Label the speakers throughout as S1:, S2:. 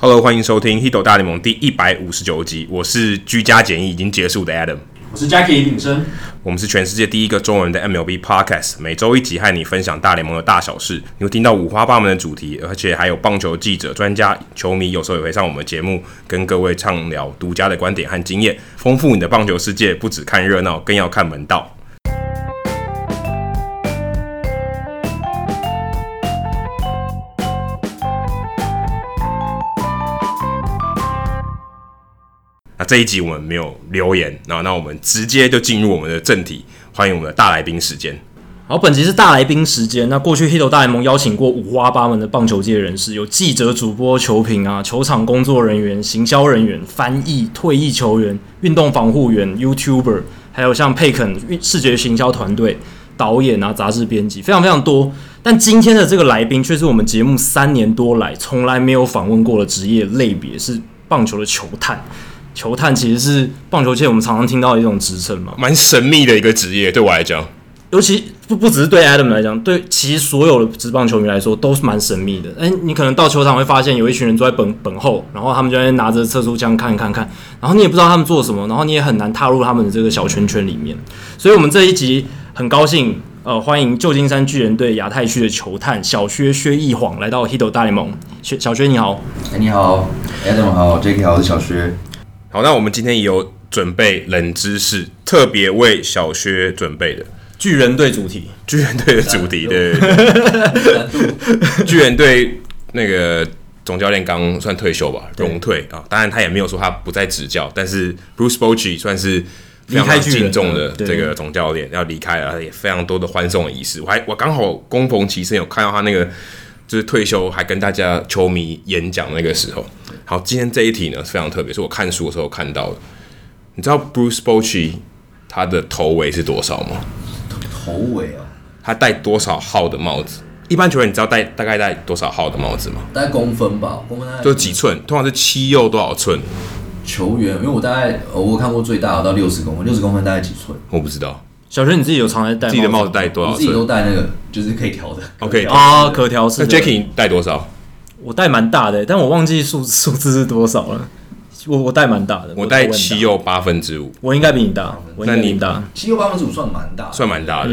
S1: Hello， 欢迎收听《Hito 大联盟》第159集。我是居家检疫已经结束的 Adam，
S2: 我是 Jackie 炳生。
S1: 我们是全世界第一个中文的 MLB Podcast， 每周一集和你分享大联盟的大小事。你会听到五花八门的主题，而且还有棒球记者、专家、球迷，有时候也会上我们节目，跟各位畅聊独家的观点和经验，丰富你的棒球世界。不只看热闹，更要看门道。那这一集我们没有留言，那我们直接就进入我们的正题，欢迎我们的大来宾时间。
S2: 好，本集是大来宾时间。那过去 Hito 大联盟邀请过五花八门的棒球界人士，有记者、主播、球评啊、球场工作人员、行销人员、翻译、退役球员、运动防护员、YouTuber， 还有像佩肯视觉行销团队、导演啊、杂志编辑，非常非常多。但今天的这个来宾却是我们节目3年多来从来没有访问过的职业类别，是棒球的球探。球探其实是棒球界我们常常听到的一种职称嘛，
S1: 蛮神秘的一个职业，对我来讲，
S2: 尤其不只是对 Adam 来讲，对其实所有的职棒球迷来说都是蛮神秘的。你可能到球场会发现有一群人坐在本后，然后他们就在拿着测速枪看，然后你也不知道他们做什么，然后你也很难踏入他们的这个小圈圈里面。所以我们这一集很高兴，欢迎旧金山巨人队亚太区的球探小薛义晃来到 Hito 大联盟。小薛你好。
S3: 你好 ，Adam 好 ，Jackie 好，我是小薛。
S1: 好，那我们今天也有准备冷知识，特别为小薛准备的
S2: 巨人队主题，
S1: 巨人队的主题，对。巨人队那个总教练刚算退休吧，荣退啊，当然他也没有说他不再执教，但是 Bruce Bochy 算是非常敬重的这个总教练要离开了，也非常多的欢送的仪式。我刚好恭逢其盛，有看到他那个就是退休还跟大家球迷演讲那个时候。好，今天这一题呢非常特别，是我看书的时候看到的。你知道 Bruce Bochy 他的头围是多少吗？
S3: 头围啊？
S1: 他戴多少号的帽子？一般球员你知道大概戴多少号的帽子吗？
S3: 大概公分吧，公分大概
S1: 就几寸，通常是7又多少寸？
S3: 球员，因为我大概我看过最大的到60公分，60公分大概几寸？
S1: 我不知道。
S2: 小薛，你自己有常在戴
S1: 自己的帽子戴多少寸？
S3: 我自己都戴那个，就是可以调的。
S1: OK
S2: 啊，可调式。
S1: 那 Jackie 戴多少？
S2: 我戴蛮大的，但我忘记数字是多少了。我戴蛮大的，
S1: 我戴7又5/8。
S2: 我应该比你大，
S1: 那你大
S3: 7又5/8算蛮大的，
S1: 算蛮大的。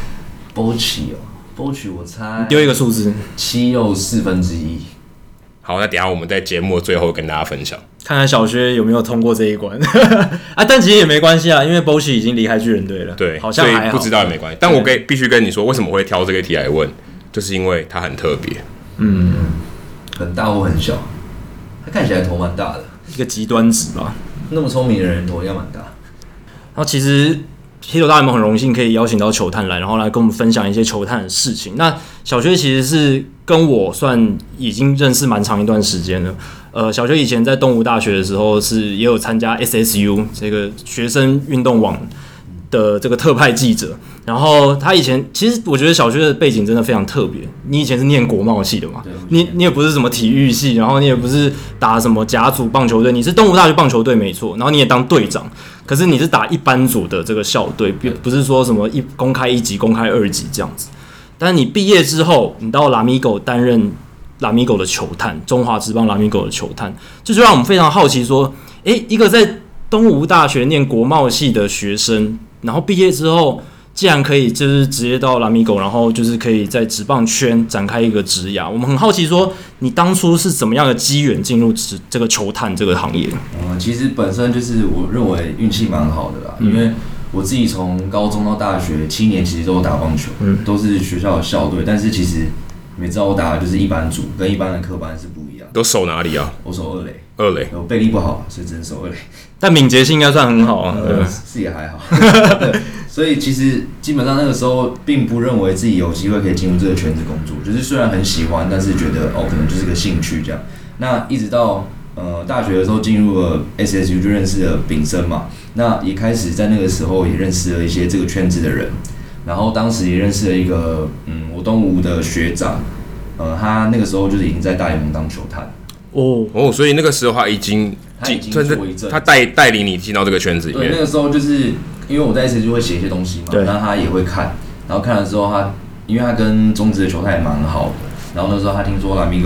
S3: Bochy 我猜
S2: 你丢一个数字
S3: ，7又1/4。
S1: 好，那等一下我们在节目的最后跟大家分享，
S2: 看看小薛有没有通过这一关啊？但其实也没关系啊，因为 Bochy 已经离开巨人队了，
S1: 对，
S2: 好像还好，
S1: 所以不知道也没关系。但我必须跟你说，为什么会挑这个题来问，就是因为它很特别。
S3: 很大或很小，他看起来头蛮大的，
S2: 一个极端值吧。
S3: 那么聪明的人头应该蛮大。
S2: 然后其实 Hito 大联盟很荣幸可以邀请到球探来，然后来跟我们分享一些球探的事情。那小薛其实是跟我算已经认识蛮长一段时间了。小薛以前在东吴大学的时候也有参加 SSU 这个学生运动网的这个特派记者。然后他以前其实我觉得小薛的背景真的非常特别。你以前是念国贸系的嘛？你也不是什么体育系，然后你也不是打什么甲组棒球队，你是东吴大学棒球队没错，然后你也当队长。可是你是打一般组的这个校队，不是说什么公开1级、公开2级这样子。但是你毕业之后，你到拉米狗担任拉米狗的球探，中华职棒拉米狗的球探，这就让我们非常好奇说，一个在东吴大学念国贸系的学生，然后毕业之后既然可以就是直接到拉米狗，然后就是可以在职棒圈展开一个职涯，我们很好奇说，你当初是怎么样的机缘进入这个球探这个行业？
S3: 其实本身就是我认为运气蛮好的啦，因为我自己从高中到大学7年其实都有打棒球，都是学校的校队，但是其实你们知道我打的就是一般组，跟一般的科班是不一样。
S1: 都守哪里啊？
S3: 我守2垒。
S1: 2垒。
S3: 我背力不好，所以只能守2垒。
S2: 但敏捷性应该算很好啊。
S3: 是也还好。所以其实基本上那个时候并不认为自己有机会可以进入这个圈子工作，就是虽然很喜欢，但是觉得可能就是个兴趣这样。那一直到大学的时候进入了 SSU 就认识了炳生嘛，那也开始在那个时候也认识了一些这个圈子的人，然后当时也认识了一个我东吴的学长，他那个时候就是已经在大联盟当球探。
S1: 所以那个时候他已经
S3: 做一阵，
S1: 他带领你进到这个圈子里面。
S3: 对，那个时候就是因为我在 SSU 会写一些东西嘛，那他也会看，然后看了之后因为他跟中职的球探也蛮好的，然后那时候他听说拉米狗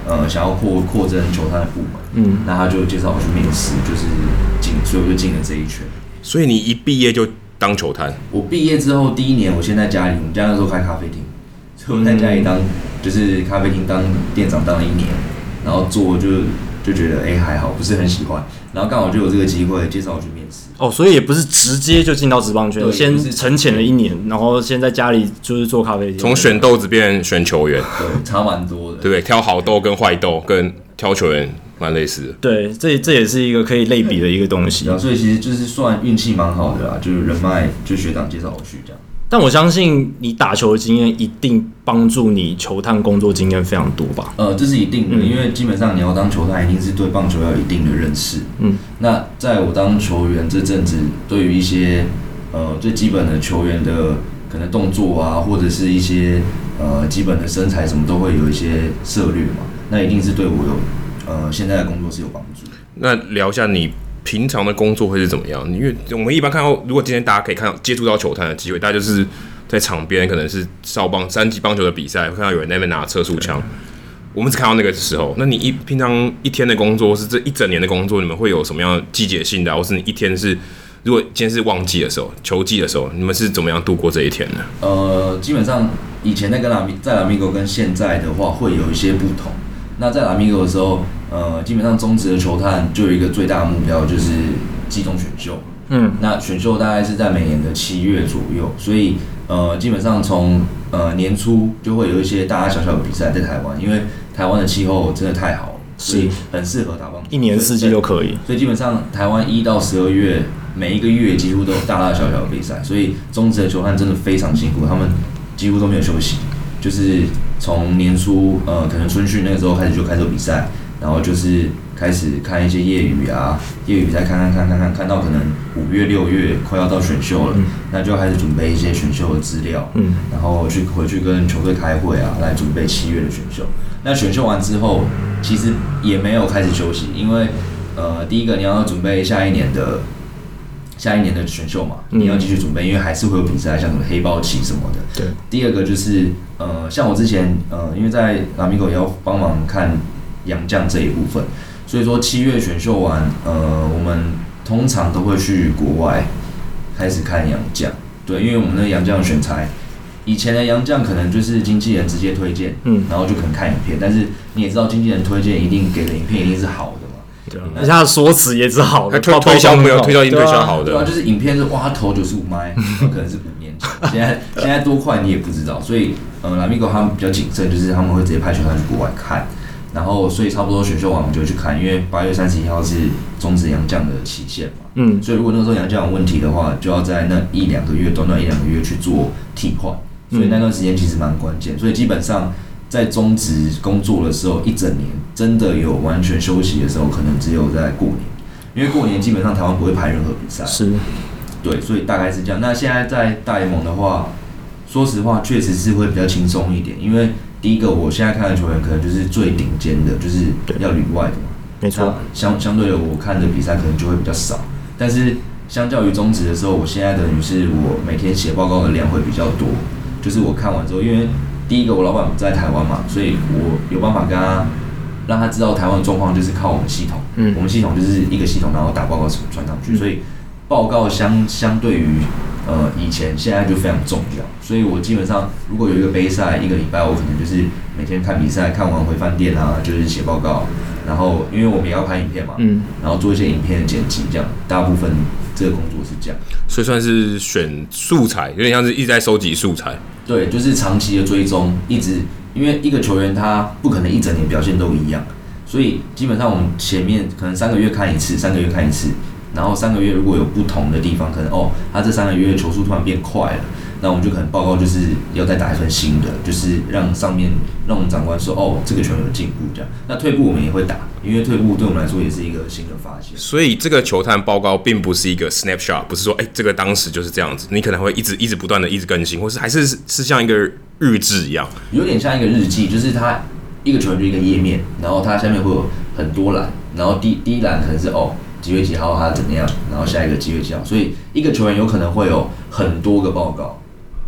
S3: 想要扩增球探的部门，那他就介绍我去面试，所以我就进了这一圈。
S1: 所以你一毕业就当球探？
S3: 我毕业之后第1年，我先在家里，我们家那时候开咖啡厅，所以我在家里就是咖啡厅当店长当了1年，然后做就觉得还好，不是很喜欢，然后刚好就有这个机会介绍我去面试。
S2: 所以也不是直接就进到职棒圈，先沉潜了1年，然后先在家里就是做咖啡厅，
S1: 从选豆子变选球员，
S3: 对，差蛮多的，
S1: 对不对？挑好豆跟坏豆跟挑球员蛮类似的。
S2: 对，这也是一个可以类比的一个东西。
S3: 所以其实就是算运气蛮好的啦，就是人脉，就学长介绍我去这样。
S2: 但我相信你打球的经验一定帮助你球探工作经验非常多吧？
S3: 这是一定的，因为基本上你要当球探，一定是对棒球要有一定的认识。那在我当球员这阵子，对于一些最基本的球员的可能动作啊，或者是一些基本的身材什么，都会有一些策略嘛。那一定是对我有现在的工作是有帮助。那
S1: 聊一下你平常的工作会是怎么样？因为我们一般看到，如果今天大家可以看到接触到球探的机会，大家就是在场边，可能是3级棒球的比赛，会看到有人在那边拿测速枪，我们只看到那个时候。那你平常一天的工作，是这一整年的工作，你们会有什么样季节性的，或是你一天是，如果今天是旺季的时候，球季的时候，你们是怎么样度过这一天呢？
S3: 基本上以前在拉米狗跟现在的话会有一些不同。那在拉米狗的时候，基本上中职的球探就有一个最大的目标，就是季中选秀。那选秀大概是在每年的7月左右，所以基本上从年初就会有一些大大小小的比赛在台湾，因为台湾的气候真的太好了，所以很适合打棒球，
S2: 一年四季都可以。
S3: 所以基本上台湾1到12月每一个月几乎都有大大小小的比赛，所以中职的球探真的非常辛苦，他们几乎都没有休息，就是从年初可能春训那个时候开始有比赛，然后就是开始看一些业余比赛看到可能5月6月快要到选秀了，那就开始准备一些选秀的资料，然后回去跟球队开会啊，来准备7月的选秀。那选秀完之后，其实也没有开始休息，因为第一个你要准备下一年的选秀嘛，你要继续准备，因为还是会有比赛，像什么黑豹旗什么的。
S2: 对。
S3: 第二个就是像我之前因为在拉米狗也要帮忙看洋将这一部分，所以说7月选秀完，我们通常都会去国外开始看洋将。对，因为我们的洋将选材，以前的洋将可能就是经纪人直接推荐，然后就可能看影片，但是你也知道经纪人推荐一定给的影片一定是好的。
S2: 对啊，而且他的说辞也是好的，
S1: 推销没有推销，一定推销好的。
S3: 对啊，就是影片是他投95迈，可能是5年前，现在多快你也不知道，所以拉米狗他们比较谨慎，就是他们会直接派球探去国外看，然后所以差不多选秀完我们就会去看，因为8月31号是中职洋将的期限嘛，所以如果那个时候洋将有问题的话，就要在那短短1-2个月去做替换，所以那段时间其实蛮关键，所以基本上。在中职工作的时候，一整年真的有完全休息的时候，可能只有在过年，因为过年基本上台湾不会排任何比赛。
S2: 是，
S3: 对，所以大概是这样。那现在在大联盟的话，说实话，确实是会比较轻松一点，因为第一个，我现在看的球员可能就是最顶尖的，就是要旅外的嘛。
S2: 没错。
S3: 相对的，我看的比赛可能就会比较少，但是相较于中职的时候，我现在等于是我每天写报告的量会比较多，就是我看完之后，因为第一个，我老板不在台湾嘛，所以我有办法跟他让他知道台湾的状况，就是靠我们系统。我们系统就是一个系统，然后打报告传上去，所以报告相对于以前现在就非常重要。所以我基本上如果有一个杯赛1个礼拜，我可能就是每天看比赛，看完回饭店啊，就是写报告，然后因为我们也要拍影片嘛，然后做一些影片的剪辑，这样大部分这个工作是这样。
S1: 所以算是选素材，有点像是一直在收集素材。
S3: 对，就是长期的追踪，一直因为一个球员他不可能一整年表现都一样，所以基本上我们前面可能3个月看一次，然后3个月如果有不同的地方，可能他这3个月球速突然变快了，那我们就可能报告就是要再打一份新的，就是让我们长官说这个球员有进步这样。那退步我们也会打，因为退步对我们来说也是一个新的发现。
S1: 所以这个球探报告并不是一个 snapshot， 不是说这个当时就是这样子，你可能会一直不断的一直更新，或是还是像一个日志一样，
S3: 有点像一个日记，就是它一个球员就一个页面，然后它下面会有很多栏，然后第一栏可能是几月几号他怎么样，然后下一个几月几号，所以一个球员有可能会有很多个报告，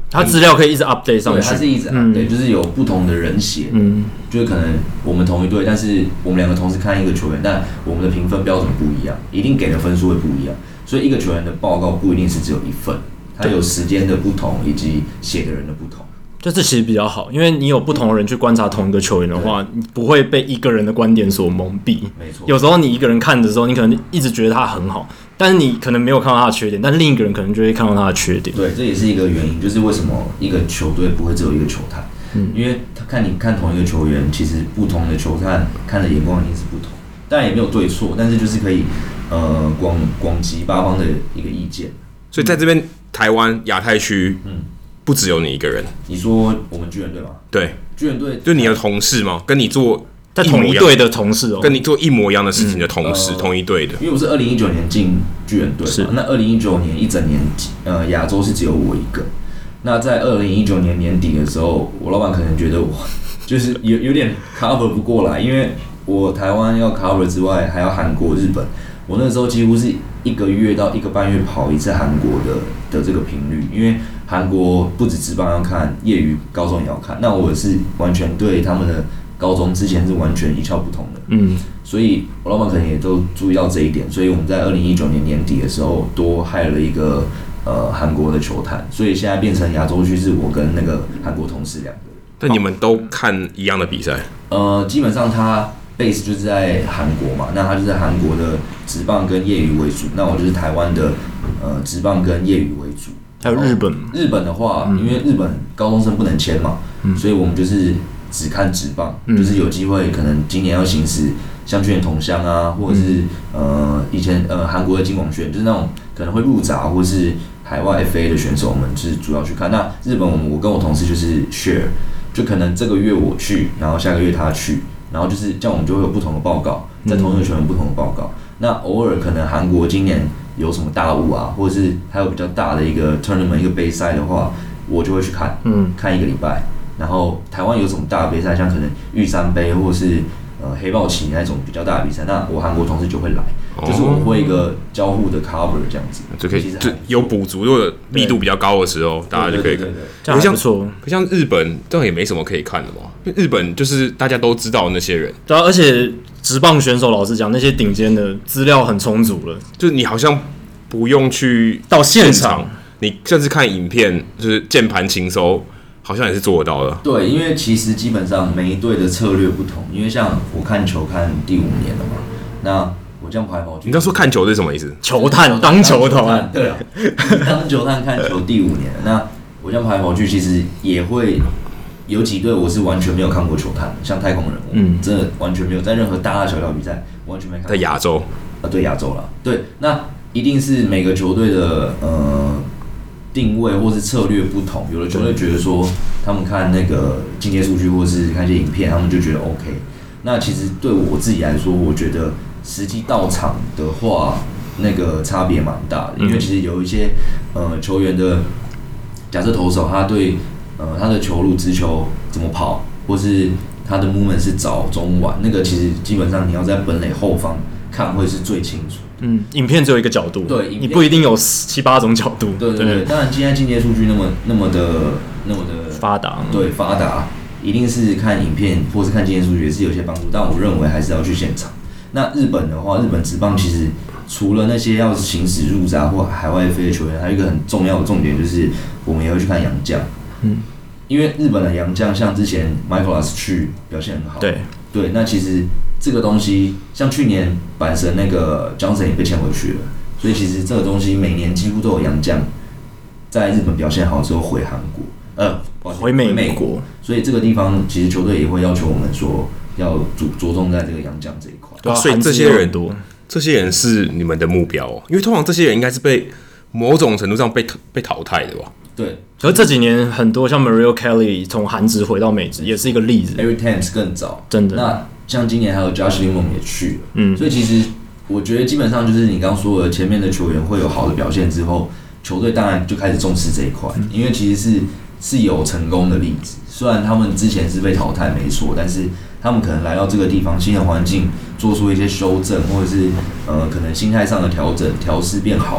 S2: 他资料可以一直 update 上去，
S3: 对，他是一直 update，就是有不同的人写，就是可能我们同一队，但是我们2个同时看一个球员，但我们的评分标准不一样，一定给的分数会不一样，所以一个球员的报告不一定是只有一份，它有时间的不同以及写的人的不同。
S2: 就这其实比较好，因为你有不同的人去观察同一个球员的话，你不会被一个人的观点所蒙蔽。
S3: 没错，
S2: 有时候你一个人看的时候，你可能一直觉得他很好，但是你可能没有看到他的缺点，但另一个人可能就会看到他的缺点。
S3: 对，这也是一个原因，就是为什么一个球队不会只有一个球探，因为你看同一个球员，其实不同的球探看的眼光一定是不同，当然也没有对错，但是就是可以广集八方的一个意见。
S1: 所以在这边台湾亚太区，不只有你一个人。
S3: 你说我们巨人队吗？
S1: 对，
S3: 巨人队
S1: 就你的同事吗？跟你做
S2: 在同一队的同事
S1: 跟你做一模一样的事情的同事，同一队的。
S3: 因为我是2019年进巨人队嘛，那2019年一整年，亚洲是只有我一个。那在2019年年底的时候，我老板可能觉得我就是有点 cover 不过来，因为我台湾要 cover 之外，还要韩国、日本。我那时候几乎是1个月到1个半月跑一次韩国的这个频率，因为韩国不止职棒要看，业余高中也要看。那我是完全对他们的高中之前是完全一窍不通的，所以我老板可能也都注意到这一点，所以我们在2019年年底的时候多害了一个韩国的球探，所以现在变成亚洲区是我跟那个韩国同事2个人。
S1: 但你们都看一样的比赛？
S3: 基本上他 base 就是在韩国嘛，那他就在韩国的职棒跟业余为主，那我就是台湾的职棒跟业余为主。
S2: 还有日本，
S3: 日本的话，因为日本高中生不能签嘛，所以我们就是只看职棒，就是有机会可能今年要行使像去年同乡啊，或者是以前韩国的金广炫，就是那种可能会入闸或是海外 FA 的选手们，就是主要去看。那日本我跟我同事就是 share， 就可能这个月我去，然后下个月他去，然后就是这样，我们就会有不同的报告，在同一个球员不同的报告。那偶尔可能韩国今年有什么大物啊，或者是还有比较大的一个 tournament 一个杯赛的话，我就会去看，看1个礼拜。然后台湾有什么大的杯赛，像可能玉山杯或是黑豹旗那种比较大的比赛，那我韩国同事就会来，就是我们会一个交互的 cover 这样子，
S1: 就可以就有补足，如果密度比较高的时候，大家就可以看。
S2: 这样不错。
S1: 可像日本这样也没什么可以看的嘛，因为日本就是大家都知道那些人，
S2: 对啊，而且职棒选手老实讲，那些顶尖的资料很充足了，
S1: 就是你好像不用去
S2: 到现场，
S1: 你甚至看影片，就是键盘情搜。好像也是做得到的。
S3: 对，因为其实基本上每一队的策略不同，因为像我看球看第5年了嘛，那我这样跑来跑去。
S1: 你刚说看球是什么意思？
S2: 球探当球探，
S3: 对啊，当球探看球第5年了，那我这样跑来跑去，其实也会有几队我是完全没有看过球探的，像太空人，真的完全没有在任何大小比赛完全没看过。
S1: 在亚洲
S3: 对亚洲啦，对，那一定是每个球队的定位或是策略不同，有的球队觉得说他们看那个进阶数据或是看一些影片，他们就觉得 OK。那其实对我自己来说，我觉得实际到场的话，那个差别蛮大的，因为其实有一些球员的假设投手，他对他的球路直球怎么跑，或是他的 movement 是早中晚，那个其实基本上你要在本垒后方看会是最清楚。
S2: 影片只有一个角度，
S3: 对，
S2: 你不一定有7、8种角度。
S3: 对，当然现在进阶数据那么的
S2: 发达，
S3: 对发达，一定是看影片或是看进阶数据也是有些帮助，但我认为还是要去现场。那日本的话，日本职棒其实除了那些要行使入闸或海外飞的球员，还有一个很重要的重点就是我们也会去看洋将，因为日本的洋将像之前 Michaelas 去表现很好，对，那其实这个东西像去年阪神那个 Johnson 也被签回去了，所以其实这个东西每年几乎都有洋将在日本表现好之后回韩国，
S2: 回美国，
S3: 所以这个地方其实球队也会要求我们说要着重在这个洋将这一块。
S2: 对啊，
S1: 所以这些人是你们的目标哦，因为通常这些人应该是被某种程度上被淘汰的吧？
S3: 对，
S2: 可是这几年很多像 Mario Kelly 从韩职回到美职，也是一个例子。
S3: Eric Thames 更早，
S2: 真的。
S3: 那像今年还有 Josh Lemon 也去了，所以其实我觉得基本上就是你刚刚说的，前面的球员会有好的表现之后，球队当然就开始重视这一块，因为其实是有成功的例子。虽然他们之前是被淘汰没错，但是他们可能来到这个地方，新的环境做出一些修正，或者是可能心态上的调整、调试变好了。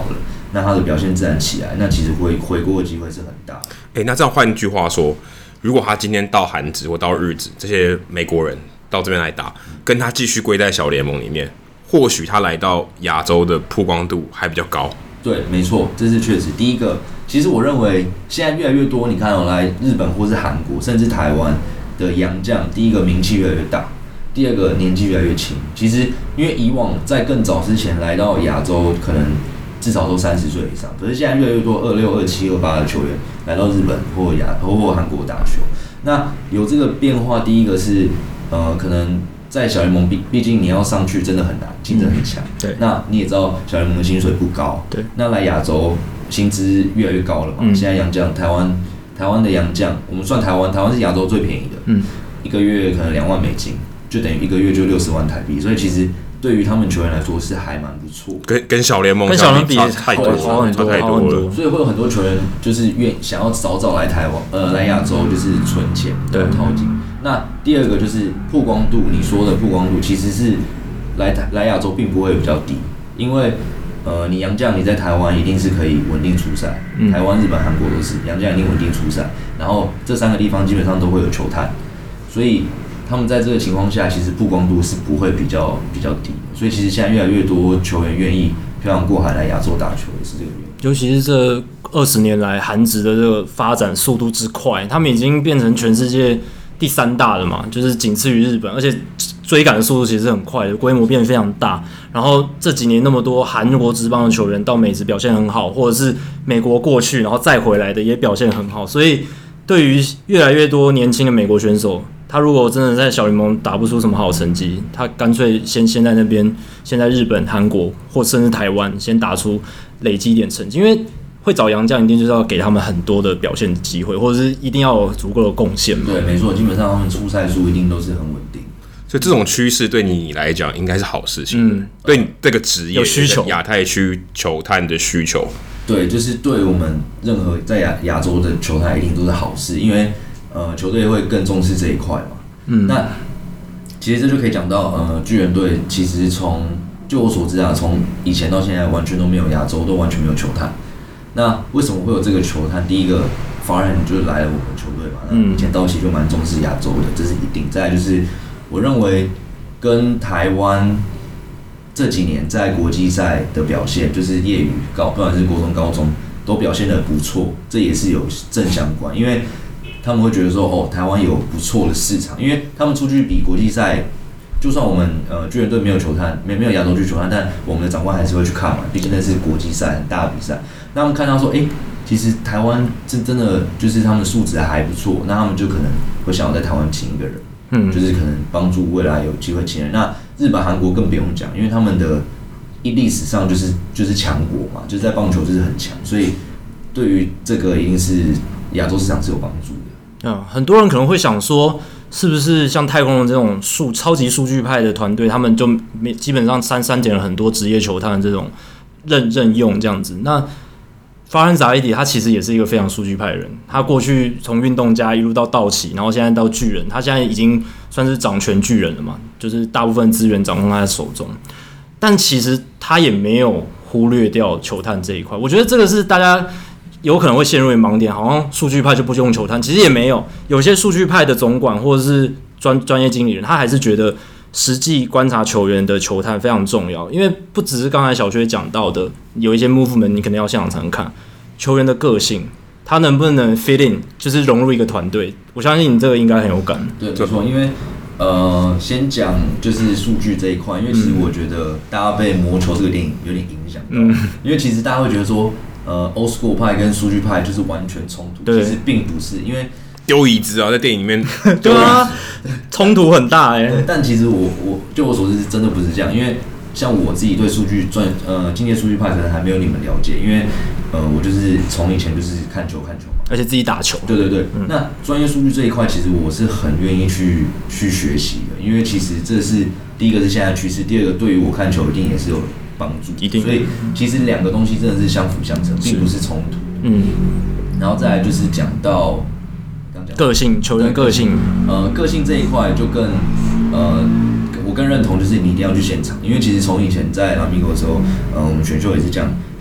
S3: 那他的表现自然起来，那其实回锅的机会是很大。
S1: 那这样换句话说，如果他今天到韩职或到日职，这些美国人到这边来打，跟他继续归在小联盟里面，或许他来到亚洲的曝光度还比较高。
S3: 对，没错，这是确实。第一个，其实我认为现在越来越多，你看来日本或是韩国，甚至台湾的洋将，第一个名气越来越大，第二个年纪越来越轻。其实因为以往在更早之前来到亚洲，可能至少都30岁以上，可是现在越来越多26、27、28的球员来到日本或韩国打球。那有这个变化，第一个是可能在小联盟毕竟你要上去真的很难，竞争很强。
S2: 对，
S3: 那你也知道小联盟的薪水不高。
S2: 对，
S3: 那来亚洲薪资越来越高了嘛。现在洋将台湾的洋将，我们算台湾是亚洲最便宜的。一个月可能$2万，就等于一个月就60万台币。所以其实对于他们球员来说是还蛮不错。
S1: 跟小联盟
S2: 比
S1: 差太多了，差太多了。
S3: 所以会有很多球员就是想要早来台湾，来亚洲就是存钱，掏金。那第二个就是曝光度，你说的曝光度其实是来亚洲并不会比较低，因为你洋将你在台湾一定是可以稳定出赛，台湾、日本、韩国都是洋将一定稳定出赛，然后这3个地方基本上都会有球探，所以他们在这个情况下，其实曝光度是不会比较低的。所以其实现在越来越多球员愿意漂洋过海来亚洲打球，也是这个原因。
S2: 尤其是这20年来韩职的这个发展速度之快，他们已经变成全世界第3大了嘛，就是仅次于日本，而且追赶的速度其实很快的，规模变得非常大。然后这几年那么多韩国职棒的球员到美职表现很好，或者是美国过去然后再回来的也表现很好，所以对于越来越多年轻的美国选手，他如果真的在小联盟打不出什么好成绩，他干脆先在那边，先在日本、韩国或甚至台湾先打出累积一点成绩，因为会找洋将一定就是要给他们很多的表现机会，或者是一定要有足够的贡献嘛。
S3: 对，没错，基本上他们出赛数一定都是很稳定。
S1: 所以这种趋势对你来讲应该是好事情，对你这个职业
S2: 有需求，
S1: 亚太区球探的需求，
S3: 对，就是对我们任何在亚洲的球探一定都是好事，因为球队会更重视这一块嘛。那其实这就可以讲到巨人队其实就我所知啊，从以前到现在完全都没有亚洲，都完全没有球探。那为什么会有这个球探？第一个，法人就是来了我们球队嘛。那以前道奇就蛮重视亚洲的，这是一定。再来就是，我认为跟台湾这几年在国际赛的表现，就是业余不管是国中、高中都表现得不错，这也是有正相关。因为他们会觉得说，台湾有不错的市场，因为他们出去比国际赛。就算我们巨人队没有球探，没有亚洲区球探，但我们的长官还是会去看嘛，毕竟那是国际赛很大的比赛。那他们看到说，其实台湾是真的就是他们的素质还不错，那他们就可能会想要在台湾请一个人，就是可能帮助未来有机会请人。那日本、韩国更不用讲，因为他们的历史上就是强国嘛，就是在棒球就是很强，所以对于这个一定是亚洲市场是有帮助的。
S2: 很多人可能会想说，是不是像太空人这种超级数据派的团队，他们就基本上删减了很多职业球探的这种任用这样子？那法兰扎伊迪他其实也是一个非常数据派的人，他过去从运动家一路到道奇，然后现在到巨人，他现在已经算是掌权巨人了嘛，就是大部分资源掌控在他的手中。但其实他也没有忽略掉球探这一块，我觉得这个是大家有可能会陷入盲点，好像数据派就不用球探，其实也没有。有些数据派的总管或者是专业经理人，他还是觉得实际观察球员的球探非常重要，因为不只是刚才小薛讲到的，有一些 movement 你可能要现场才能看球员的个性，他能不能 fit in， 就是融入一个团队。我相信你这个应该很有感。
S3: 对，没错，因为先讲就是数据这一块，因为其实我觉得大家被《魔球》这个电影有点影响到，因为其实大家会觉得说。old school 派跟数据派就是完全冲突，其实并不是，因为
S1: 丢椅子啊，在电影里面
S2: 对啊，冲突很大
S3: 但其实就我所知是真的不是这样，因为像我自己对数据今年数据派可能还没有你们了解，因为我就是从以前就是看球嘛，
S2: 而且自己打球。
S3: 对，那专业数据这一块，其实我是很愿意去学习的，因为其实这是第一个是现在趋势，第二个对于我看球一定也是有帮助，
S2: 一定。
S3: 所以其实两个东西真的是相辅相成，并不是冲突。然后再来就是讲到
S2: 个性，球员个性，
S3: 个性这一块就更我更认同，就是你一定要去现场，因为其实从以前在拉米狗的时候，我们选秀也是这样，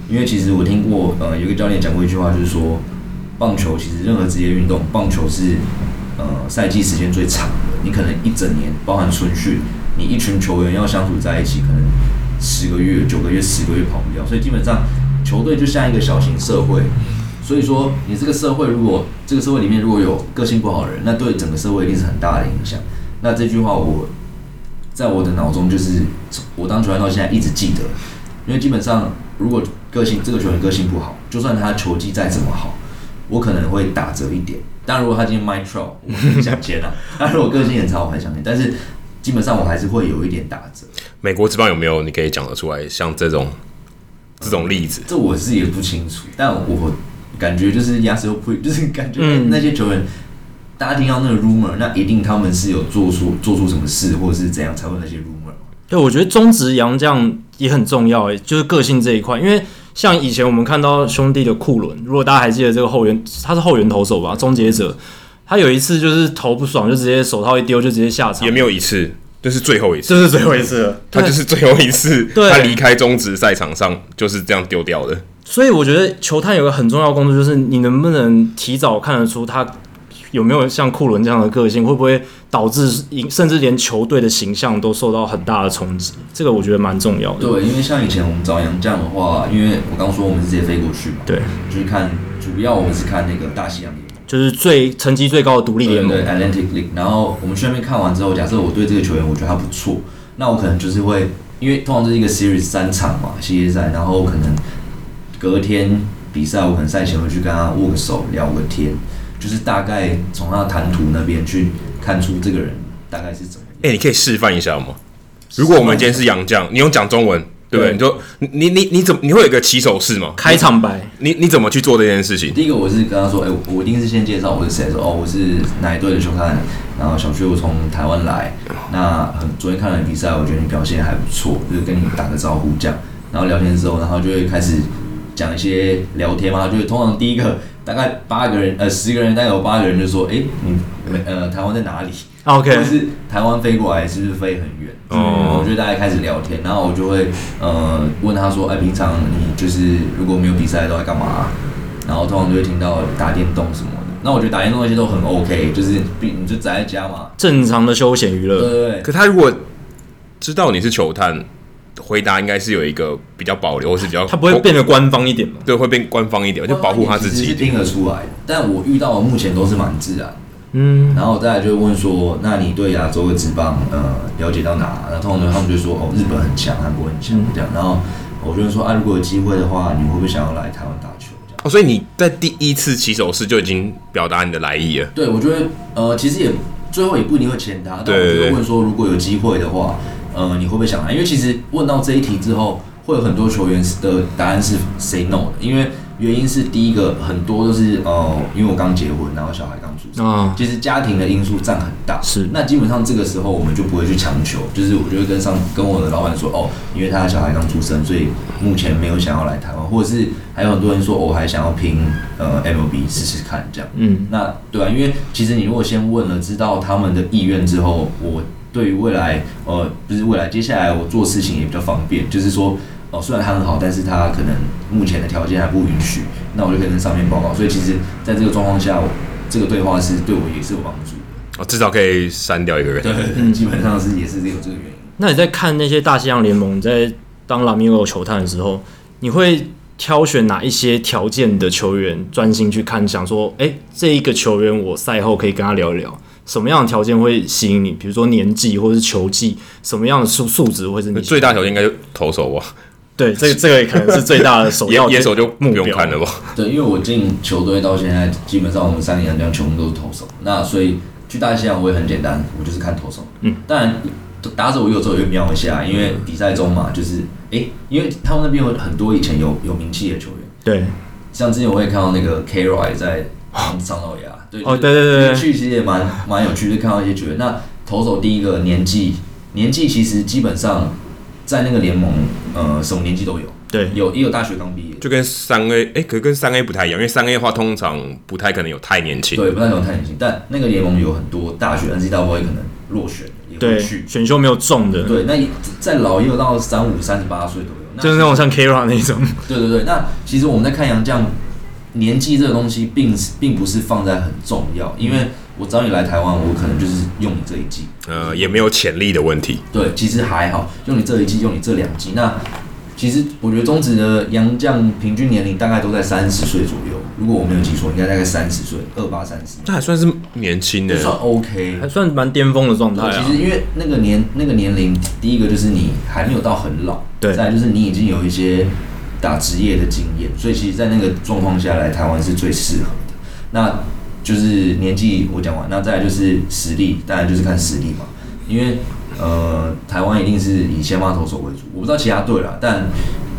S3: 因为其实我听过有一个教练讲过一句话，就是说棒球其实任何职业运动，棒球是赛季时间最长的，你可能一整年包含春训，你一群球员要相处在一起，可能10个月、9个月、10个月跑不掉，所以基本上球队就像一个小型社会。所以说，你这个社会这个社会里面如果有个性不好的人，那对整个社会一定是很大的影响。那这句话在我的脑中就是我当球员到现在一直记得，因为基本上如果这个球员个性不好，就算他球技再怎么好，我可能会打折一点。但如果他今天 Mike Trout， 我很想签啊。但如果个性很差，我还想签。但是基本上我还是会有一点打折。
S1: 美国职棒有没有你可以讲得出来像这种例子？
S3: 这我是也不清楚，但我感觉就是亚瑟普，就是感觉那些球员，大家听到那个 rumor， 那一定他们是有做出什么事，或者是怎样才会那些 rumor。
S2: 对，我觉得中职洋将也很重要，就是个性这一块，因为像以前我们看到兄弟的库伦，如果大家还记得这个后援，他是后援投手吧，终结者，他有一次就是投不爽，就直接手套一丢就直接下场，
S1: 也没有一次。这是最后一次，
S2: 这是最后一次了，
S1: 他就是最后一次，他离开中职赛场上就是这样丢掉的。
S2: 所以我觉得球探有个很重要的工作，就是你能不能提早看得出他有没有像库伦这样的个性，会不会导致甚至连球队的形象都受到很大的冲击？这个我觉得蛮重要的。
S3: 对，因为像以前我们找洋将的话，因为我刚说我们是直接飞过去嘛，
S2: 对，
S3: 就是看主要我们是看那个大西洋联盟，
S2: 就是成绩最高的独立联盟，
S3: 对 Atlantic League。然后我们去那边看完之后，假设我对这个球员我觉得他不错，那我可能就是会，因为通常这是一个 series 3场嘛，系列赛，然后可能隔天比赛，我可能赛前会去跟他握个手聊个天，就是大概从他的谈吐那边去看出这个人大概是怎么样。
S1: 你可以示范一下吗？如果我们今天是洋将，你用讲中文，对不对？你就你会有一个起手式吗？
S2: 开场白，
S1: 你怎么去做这件事情？
S3: 第一个我是跟他说，我一定是先介绍我是谁，说我是哪一队的球探，然后小薛我从台湾来，那昨天看了你比赛，我觉得你表现还不错，就是跟你打个招呼这样，然后聊天之后，然后就会开始讲一些聊天嘛，就是通常第一个大概10个人，大概有8个人就说，你台湾在哪里
S2: ？OK，
S3: 或者是台湾飞过来是不是飞很远？我就大家开始聊天，然后我就会问他说，平常你就是如果没有比赛都在干嘛？然后通常就会听到打电动什么的。那我觉得打电动那些都很 OK， 就是你就宅在家嘛，
S2: 正常的休闲娱乐。
S3: 对。
S1: 可他如果知道你是球探，回答应该是有一个比较保留，或是比较
S2: 他不会变得官方一点吗？
S1: 对，会变官方一点，就保护他自己。
S3: 是听得出来，但我遇到的目前都是蛮自然。然后再来就会问说，那你对亚洲的职棒了解到哪？那通常他们就说日本很强，韩国很强这样。然后我就说如果有机会的话，你会不会想要来台湾打球？这样。
S1: 所以你在第一次起手式就已经表达你的来意了。
S3: 对，我觉得其实最后也不一定会签他，但我就会问说，如果有机会的话，你会不会想来？因为其实问到这一题之后，会有很多球员的答案是 say no 的，因为原因是第一个很多都是因为我刚结婚，然后小孩刚出生，其实家庭的因素占很大。
S2: 是，
S3: 那基本上这个时候我们就不会去强求，就是我就会跟我的老板说，因为他的小孩刚出生，所以目前没有想要来台湾，或者是还有很多人说我还想要拼MLB 试试看这样。那对啊，因为其实你如果先问了，知道他们的意愿之后，我对于未来不是未来，接下来我做事情也比较方便，就是说。虽然他很好，但是他可能目前的条件还不允许，那我就可以跟上面报告。所以其实在这个状况下，这个对话是对我也是有帮助的。
S1: 至少可以删掉一个人。
S3: 对，基本上也是有这个原因。
S2: 那你在看那些大西洋联盟，在当拉米欧球探的时候，你会挑选哪一些条件的球员专心去看，想说，这一个球员我赛后可以跟他聊一聊。什么样的条件会吸引你？比如说年纪，或者是球技，什么样的素质会是你
S1: 最大条件应该就投手吧？
S2: 对，这个也可能是最大的首要。
S1: 野手就不用看了吧？
S3: 对，因为我进球队到现在，基本上我们3年洋将全部都是投手。那所以去大西洋我也很简单，我就是看投手。当然打者我有时候也会瞄一下，因为比赛中嘛，就是因为他们那边有很多以前有名气的球员。对，像之前我也看到那个 K-Roy 在长老牙。对，去其实也蛮有趣的，看到一些球员。那投手第一个年纪其实基本上在那个联盟，什么年纪都有。对，也有大学刚毕业，
S1: 就跟3A，可跟3A 不太一样，因为3A 的话通常不太可能有太年轻。
S3: 对，不太可能太年轻。但那个联盟有很多大学 NCAA 可能落选，也会去
S2: 选秀没有中的。
S3: 对，那再老也有到35、38岁都有。
S2: 就是那种像 Kira 那种。
S3: 对对对，那其实我们在看洋将年纪这个东西并不是放在很重要，因为我找你来台湾，我可能就是用你这一季，
S1: 也没有潜力的问题。
S3: 对，其实还好，用你这一季，用你这2季。那其实我觉得中职的洋将平均年龄大概都在30岁左右，如果我没有记错，应该大概30岁，28、30。
S1: 那还算是年轻的，
S3: 算 OK，
S2: 还算蛮巅峰的状态啊。
S3: 其实因为那个年龄，第一个就是你还没有到很老，
S2: 对，
S3: 再来就是你已经有一些打职业的经验，所以其实，在那个状况下来台湾是最适合的。那就是年纪我讲完，那再来就是实力，当然就是看实力嘛。因为台湾一定是以先发投手为主，我不知道其他队啦，但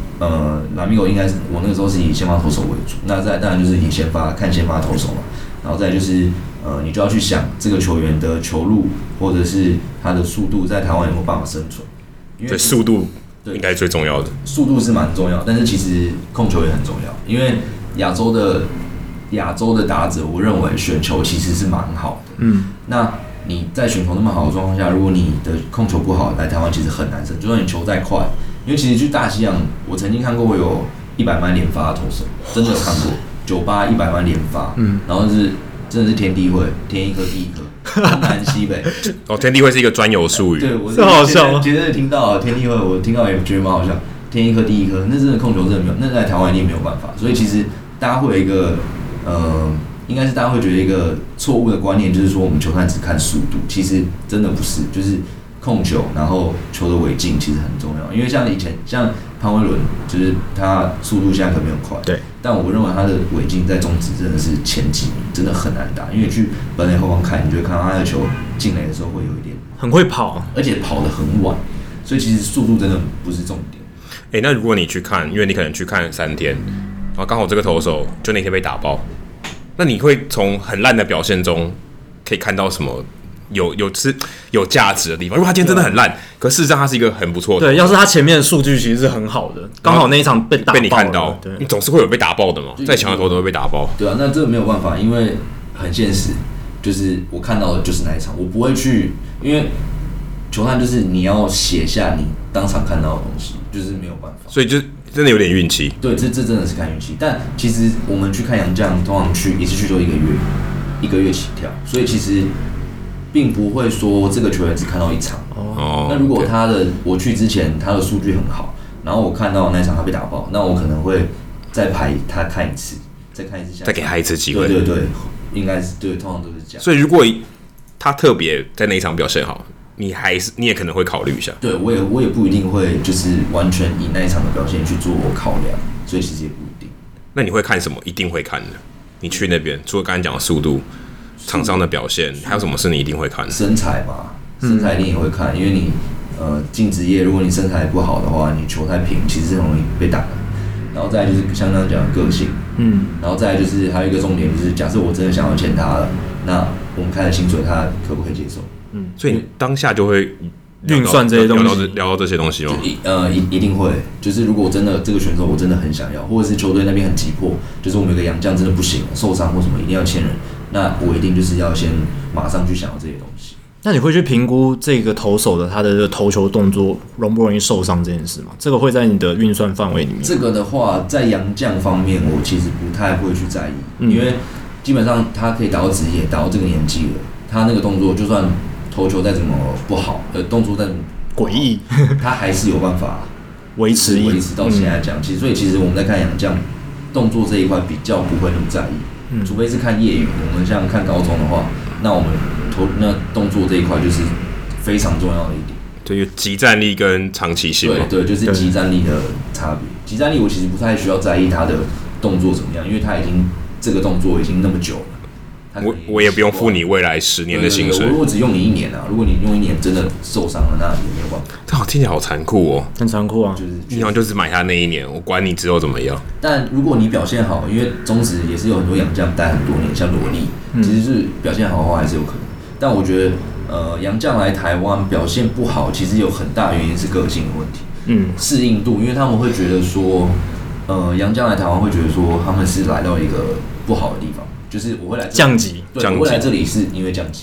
S3: Lamigo 应该是我那个时候是以先发投手为主。那再来当然就是以先发投手嘛，然后再来就是你就要去想这个球员的球路或者是他的速度在台湾有没有办法生存，因为
S1: 速度应该最重要的，
S3: 速度是蛮重要，但是其实控球也很重要，因为亚洲的打者，我认为选球其实是蛮好的。那你在选球那么好的状况下，如果你的控球不好，来台湾其实很难胜。就算你球再快，因为其实去大西洋，我曾经看过有100迈连发的投手，真的有看过98、100迈连发，然后是真的是天地会，天一颗地一颗，东南西北。
S1: 天地会是一个专有术语，
S3: 对，我
S2: 是好笑。
S3: 觉得听到天地会，我听到也觉得蛮好笑。天一颗地一颗，那真的控球真的没有，那在台湾一定没有办法。所以其实大家会有一个应该是大家会觉得一个错误的观念，就是说我们球探只看速度，其实真的不是，就是控球，然后球的尾劲其实很重要。因为像以前像潘威伦，就是他速度现在可能没有快，
S2: 对，
S3: 但我认为他的尾劲在中职真的是前几名，真的很难打。因为你去本垒后方看，你就会看到他的球进垒的时候会有一点
S2: 很会跑，
S3: 而且跑得很晚，所以其实速度真的不是重点。
S1: 那如果你去看，因为你可能去看3天，然后刚好这个投手就那天被打爆。那你会从很烂的表现中可以看到什么有价值的地方？如果他今天真的很烂，可事实上他是一个很不错的。
S2: 对，要是他前面的数据其实是很好的，刚好那一场被打爆
S1: 被你看到，你总是会有被打爆的嘛。再强的投手会被打爆。
S3: 对啊，那这个没有办法，因为很现实，就是我看到的就是那一场，我不会去，因为球探就是你要写下你当场看到的东西，就是没有办法。
S1: 所以就真的有点运气。
S3: 对，这真的是看运气。但其实我们去看洋将，通常一次去就1个月起跳，所以其实并不会说这个球员只看到一场。那如果我去之前他的数据很好，然后我看到那一场他被打爆，那我可能会再排他看一次，再看一次，
S1: 再给他一次机会。
S3: 对对对，应该是对，通常都是这样。
S1: 所以如果他特别在那一场表现好，你也可能会考虑一下。
S3: 对，我也不一定会就是完全以那一场的表现去做考量，所以其实也不一定。
S1: 那你会看什么？一定会看的。你去那边，除了刚才讲的速度、场上的表现，还有什么是你一定会看的？
S3: 身材吧，身材一定也会看，因为你进职业，如果你身材不好的话，你球太平，其实是很容易被打的。然后再来就是像刚刚讲的个性，然后再来就是还有一个重点就是，假设我真的想要签他了，那我们开的薪水他可不可以接受？
S1: 所以你当下就会
S2: 运算这些东西，
S1: 聊到这些东西吗？
S3: 一定会，就是如果真的这个选手我真的很想要，或者是球队那边很急迫，就是我们有个洋将真的不行，受伤或什么一定要签人，那我一定就是要先马上去想要这些东西。
S2: 那你会去评估这个投手的他的投球动作容不容易受伤这件事吗？这个会在你的运算范围里面？
S3: 这个的话，在洋将方面，我其实不太会去在意，因为基本上他可以打到职业，打到这个年纪了，他那个动作就算投球再怎么不好，动作再怎么
S2: 诡异，
S3: 他还是有办法
S2: 维持
S3: 到现在这样。所以其实我们在看洋将动作这一块比较不会那么在意，除非是看业余。我们像看高中的话，那我们那动作这一块就是非常重要的一点。
S1: 对，有即战力跟长期性嘛。
S3: 对，就是即战力的差别。即战力我其实不太需要在意他的动作怎么样，因为他已经这个动作已经那么久了。
S1: 我也不用付你未来10年的薪水。
S3: 我如果只用你1年啊，如果你用1年真的受伤了，那也没有办法。
S1: 这好听起来好残酷哦，
S2: 很残酷啊！
S1: 你好像就是买他那1年，我管你之后怎么样。
S3: 但如果你表现好，因为中职也是有很多洋将待很多年，像罗力，其实是表现好的话还是有可能。但我觉得，洋将来台湾表现不好，其实有很大原因是个性的问题，适应度，因为他们会觉得说，洋将来台湾会觉得说他们是来到一个不好的地方。就是我会来
S2: 降级，
S3: 对，我会来这里是因为降级，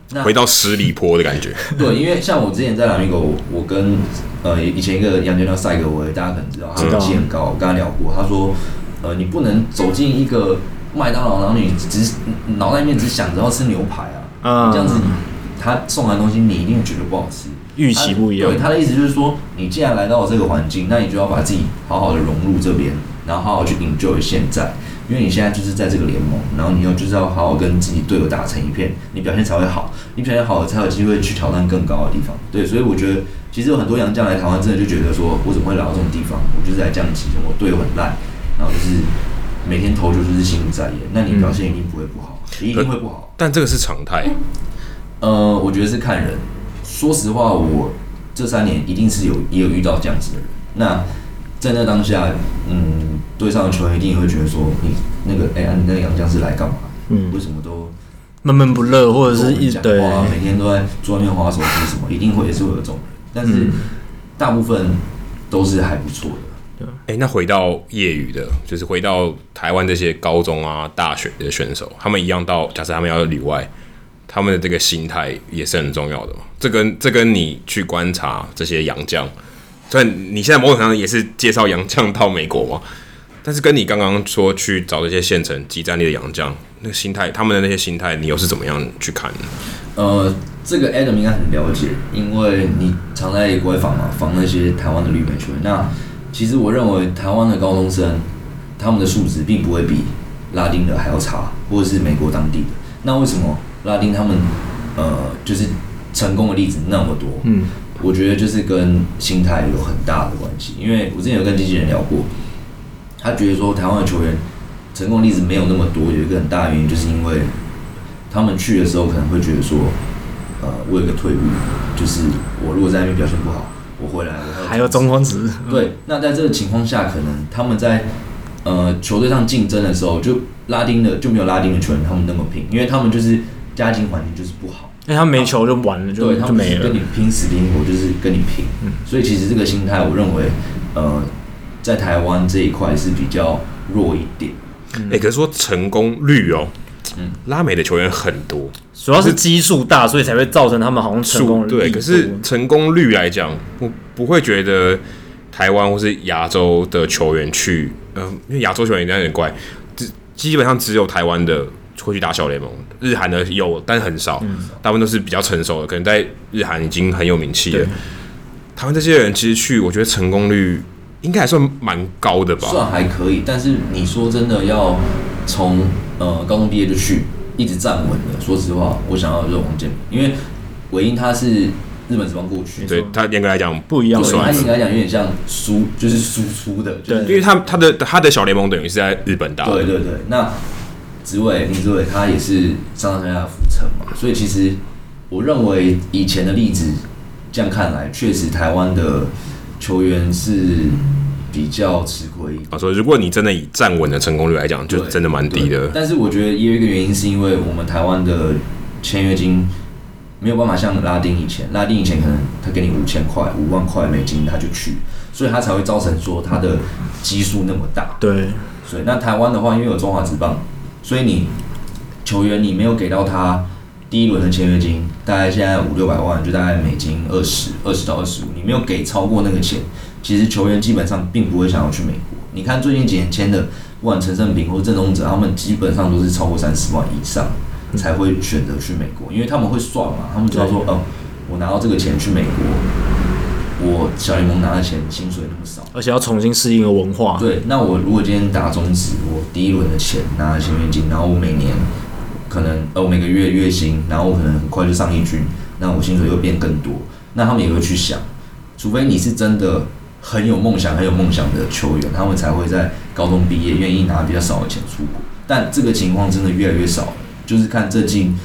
S1: 回到十里坡的感觉。
S3: 对，因为像我之前在拉米狗，我跟以前一个洋将叫赛格维，大家可能知道，他人气很高，我跟他聊过，他说你不能走进一个麦当劳，然后你脑袋里面只想着要吃牛排啊，这样子他送来的东西你一定觉得不好吃。
S2: 预期不一样。
S3: 对，他的意思就是说，你既然来到这个环境，那你就要把自己好好的融入这边，然后好好去 enjoy 现在，因为你现在就是在这个联盟，然后你就是要好好跟自己队友打成一片，你表现才会好，你表现好了才有机会去挑战更高的地方。对，所以我觉得其实有很多洋将来台湾，真的就觉得说，我怎么会来到这种地方？我就是来降级，我队友很烂，然后就是每天投球就是心不在焉，那你表现一定不会不好，一定会不好。
S1: 但这个是常态。
S3: 我觉得是看人。说实话，我这3年一定是也有遇到这样子的人。那在那当下，队上的球员一定也会觉得说，你那个你那个洋将是来干嘛？为什么都
S2: 闷闷不乐，或者是
S3: 对，每天都在桌面滑手机什么，一定会也是会有这种人。但是大部分都是还不错的。
S1: 那回到业余的，就是回到台湾这些高中啊、大学的选手，他们一样假设他们要旅外。他们的这个心态也是很重要的嘛。这跟你去观察这些洋将，虽然你现在某种程度上也是介绍洋将到美国嘛，但是跟你刚刚说去找这些现成即战力的洋将，那个心态，他们的那些心态，你又是怎么样去看的？
S3: 这个 Adam 应该很了解，因为你常在国外访那些台湾的旅美球员。那其实我认为台湾的高中生，他们的素质并不会比拉丁的还要差，或者是美国当地的。那为什么拉丁他们就是成功的例子那么多？我觉得就是跟心态有很大的关系。因为我之前有跟经纪人聊过，他觉得说台湾的球员成功的例子没有那么多，有一个很大的原因就是因为他们去的时候可能会觉得说，我有一个退路，就是我如果在那边表现不好，我回来我
S2: 还有中锋值。
S3: 对，那在这个情况下，可能他们在球队上竞争的时候，就拉丁的就没有拉丁的球员他们那么拼，因为他们就是家境环境就是不好，
S2: 他没球就完了，就没了。
S3: 跟你拼死拼活，就是跟你拼。所以其实这个心态，我认为在台湾这一块是比较弱一点。
S1: 可是说成功率拉美的球员很多，
S2: 主要是基数大，所以才会造成他们好像成功率
S1: 对。可是成功率来讲，我不会觉得台湾或是亚洲的球员去，因为亚洲球员有点怪，基本上只有台湾的会去打小联盟，日韩的有，但很少，大部分都是比较成熟的，可能在日韩已经很有名气了。台湾这些人其实去，我觉得成功率应该还算蛮高的吧，
S3: 算还可以。但是你说真的要从高中毕业就去一直站稳的，说实话，我想要的就是王建民，因为韦英他是日本职棒过去，
S1: 对他严格来讲
S2: 不一样，
S3: 他严格来讲有点像就是输出的，
S2: 对，
S3: 因
S1: 为他的小联盟等于是在日本打的，
S3: 对，那林志伟他也是上下的浮沉嘛，所以其实我认为以前的例子这样看来，确实台湾的球员是比较吃亏。
S1: 所以如果你真的以站稳的成功率来讲，就真的蛮低的。
S3: 但是我觉得也有一个原因，是因为我们台湾的签约金没有办法像拉丁以前可能他给你5000块、5万块美金他就去，所以他才会造成说他的基数那么大。
S2: 对，所
S3: 以那台湾的话，因为有中华职棒，所以你球员你没有给到他第一轮的签约金，大概现在500-600万，就大概美金20到25，你没有给超过那个钱，其实球员基本上并不会想要去美国。你看最近几年签的，不管陈胜平或郑宗哲，他们基本上都是超过30万以上才会选择去美国，因为他们会算嘛，他们知道说，我拿到这个钱去美国，我小联盟拿的钱薪水那么少，
S2: 而且要重新适应一个文化。
S3: 对，那我如果今天打中职，我第一轮的钱拿了签约金，然后我每年可能我每个月月薪，然后我可能很快就上一军，那我薪水又变更多，那他们也会去想，除非你是真的很有梦想的球员，他们才会在高中毕业愿意拿比较少的钱出国。但这个情况真的越来越少了，就是看最近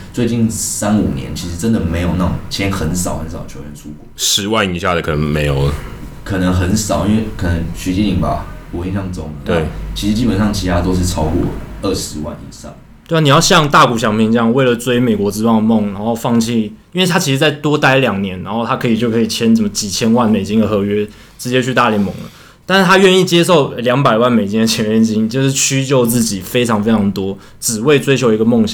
S3: 3-5年，其实真的没有那种钱很少的球员出国
S1: ，10万以下的可能没有了，
S3: 可能很少，因为可能徐基麟吧，我印象中，
S1: 对，
S3: 其实基本上其他都是超过20万以上。
S2: 对啊，你要像大谷翔平这样，为了追美国职棒的梦，然后放弃，因为他其实再多待2年，然后他就可以签什么几千万美金的合约，直接去大联盟了。但是他愿意接受200万美金的签约金，就是屈就自己非常非常多，只为追求一个梦想。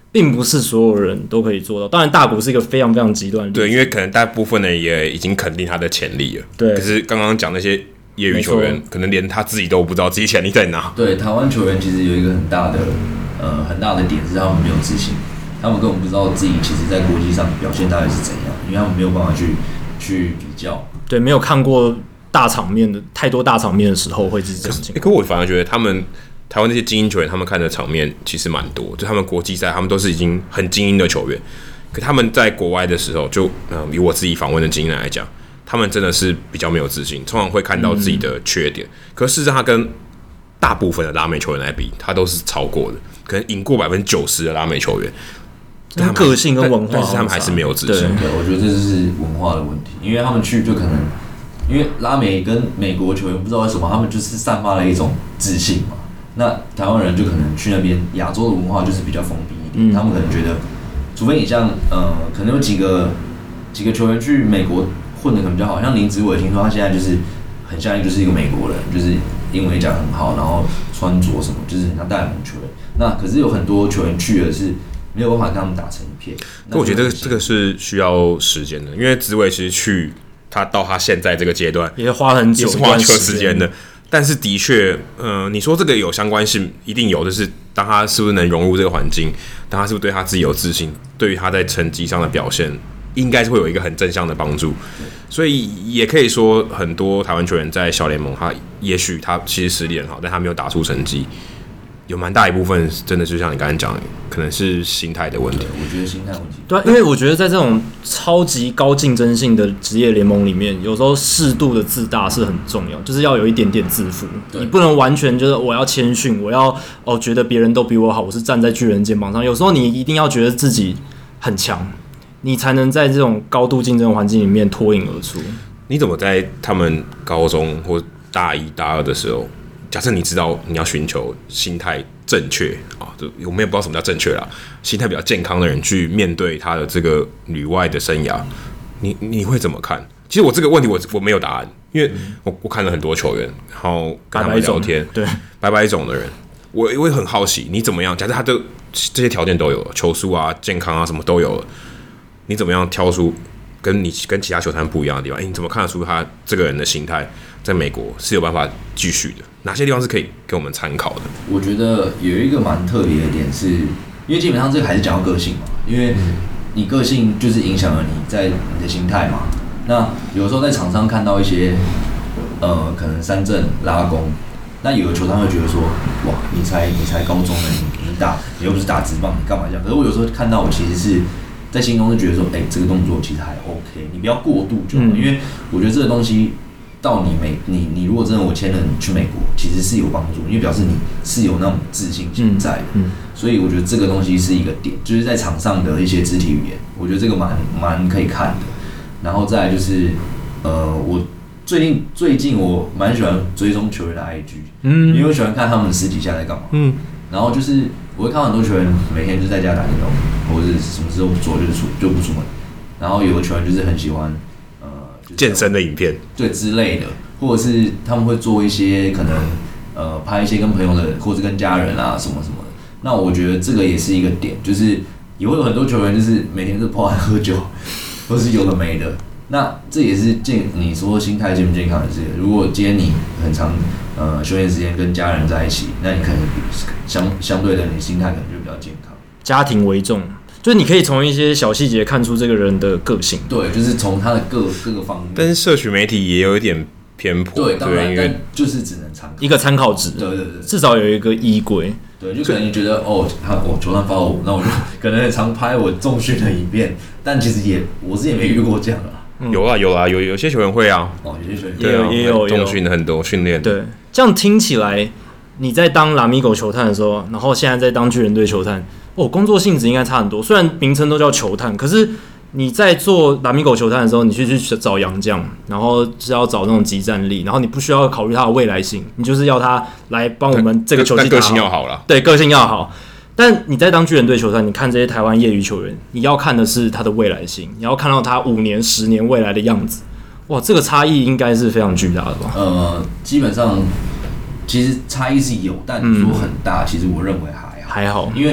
S2: 并不是所有人都可以做到。当然，大谷是一个非常非常极端的例子，
S1: 对，因为可能大部分人也已经肯定他的潜力了。
S2: 对，
S1: 可是刚刚讲那些业余球员，可能连他自己都不知道自己潜力在哪。
S3: 对，台湾球员其实有一个很大的点是他们没有自信，他们根本不知道自己其实在国际上表现大概是怎样，因为他们没有办法去比较。
S2: 对，没有看过大场面的太多大场面的时候会是这样情况。
S1: 可我反而觉得台湾那些精英球员，他们看的场面其实蛮多，就他们国际赛，他们都是已经很精英的球员。可他们在国外的时候，就以我自己访问的经验来讲，他们真的是比较没有自信，通常会看到自己的缺点。可是事实上，他跟大部分的拉美球员来比，他都是超过的，可能赢过90%的拉美球员。
S2: 但个性跟文化，
S1: 但是他们还是没有自信。
S3: 对，我觉得这就是文化的问题，因为他们去就可能，因为拉美跟美国球员不知道为什么，他们就是散发了一种自信嘛。那台湾人就可能去那边，亚洲的文化就是比较封闭一点，他们可能觉得，除非你像可能有几个球员去美国混的可能比较好，像林子伟，听说他现在就是很像就是一个美国人，就是英文也讲很好，然后穿着什么就是很像戴蒙球员。那可是有很多球员去的是没有办法跟他们打成一片。
S1: 可我觉得这个是需要时间的，因为子伟其实去他到他现在这个阶段
S2: 也花很久，
S1: 也是花很久时间的。但是的确，你说这个有相关性，一定有，就是当他是不是能融入这个环境，当他是不是对他自己有自信，对于他在成绩上的表现，应该是会有一个很正向的帮助。所以也可以说，很多台湾球员在小联盟，也许他其实实力很好，但他没有打出成绩，有蛮大一部分真的就像你刚才讲的，可能是心态的问题。
S3: 我觉得心态问题。
S2: 对，因为我觉得在这种超级高竞争性的职业联盟里面，有时候适度的自大是很重要，就是要有一点点自负。你不能完全就是我要谦逊，我要觉得别人都比我好，我是站在巨人肩膀上。有时候你一定要觉得自己很强，你才能在这种高度竞争的环境里面脱颖而出。
S1: 你怎么在他们高中或大一大二的时候？假设你知道你要寻求心态正确啊，我们也不知道什么叫正确啦，心态比较健康的人去面对他的这个旅外的生涯，你会怎么看？其实我这个问题我没有答案，因为我看了很多球员，然后跟他们聊天，
S2: 对
S1: 白种的人，我也很好奇你怎么样？假设他的这些条件都有了，球速啊、健康啊什么都有了，你怎么样挑出跟其他球探不一样的地方？你怎么看得出他这个人的心态在美国是有办法继续的？哪些地方是可以给我们参考的？
S3: 我觉得有一个蛮特别的点是，因为基本上这个还是讲到个性嘛，因为你个性就是影响了你在你的心态嘛。那有时候在场上看到一些可能三振拉弓，那有的球探会觉得说，哇，你才高中呢，你又不是打职棒，你干嘛这样？可是我有时候看到，我其实是在心中是觉得说，这个动作其实还 OK， 你不要过度就好，因为我觉得这个东西。到你如果真的我签了你去美国，其实是有帮助，因为表示你是有那种自信心在的，所以我觉得这个东西是一个点，就是在场上的一些肢体语言，我觉得这个蛮可以看的。然后再来就是我最近我蛮喜欢追踪球员的 IG，因为我喜欢看他们私底下在干嘛，然后就是我会看到很多球员每天就在家打电动，或者是什么事都不做，就不出门，然后有的球员就是很喜欢。
S1: 健身的影片，
S3: 对之类的，或者是他们会做一些可能拍一些跟朋友的，或者跟家人啊什么什么的。那我觉得这个也是一个点，就是也会有很多球员就是每天都泡在喝酒，或是有的没的。那这也是你说心态健不健康的这个。如果今天你很长休闲时间跟家人在一起，那你可能相对的你心态可能就比较健康。
S2: 家庭为重。就是你可以从一些小细节看出这个人的个性，
S3: 对，就是从他的各个方面。
S1: 但是社群媒体也有一点偏颇，
S3: 对，当然，但就是只能参考
S2: 一个参考值，
S3: 对，
S2: 至少有一个依归。
S3: 对，就可能你觉得球探发我，那我就可能很常拍我重训的影片，但其实我自己也没遇过这样啊。
S1: 有些球员会啊，
S3: 有些球员
S2: 也有
S1: 重训的很多训练，
S2: 对，这样听起来，你在当拉米狗球探的时候，然后现在在当巨人队球探。工作性质应该差很多，虽然名称都叫球探，可是你在做拉米狗球探的时候，你去找洋将，然后是要找那种即战力，然后你不需要考虑他的未来性，你就是要他来帮我们这个球季打好，
S1: 个性要好啦，
S2: 对，个性要好。但你在当巨人队球探，你看这些台湾业余球员，你要看的是他的未来性，你要看到他5年、10年未来的样子。哇，这个差异应该是非常巨大的吧？
S3: 基本上其实差异是有，但你说很大，其实我认为还好，因为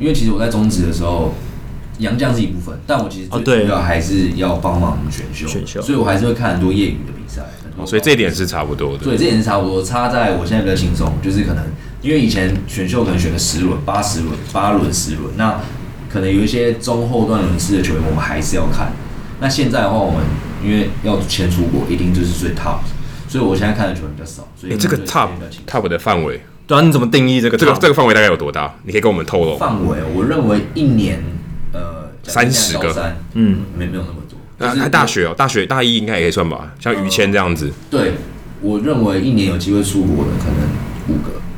S3: 因为其实我在中职的时候，洋将是一部分，但我其实最主要还是要帮忙选秀，所以我还是会看很多业余的比赛。
S1: 所以这一点是差不多的。
S3: 对，这一点是差不多，差在我现在比较轻松，就是可能因为以前选秀可能选个10轮、80轮、8轮、10轮，那可能有一些中后段轮次的球员，我们还是要看。那现在的话，我们因为要先出国，一定就是最 top， 所以我现在看的球员比较少。所以
S1: 这个 top 的范围，
S2: 对啊，你怎么定义这个
S1: 范围大概有多大？你可以跟我们透露。
S3: 范围，我认为一年
S1: 30个，
S3: 没有那么多。
S1: 那大学哦，大一应该也可以算吧，像于谦这样子。
S3: 对，我认为一年有机会出国的可能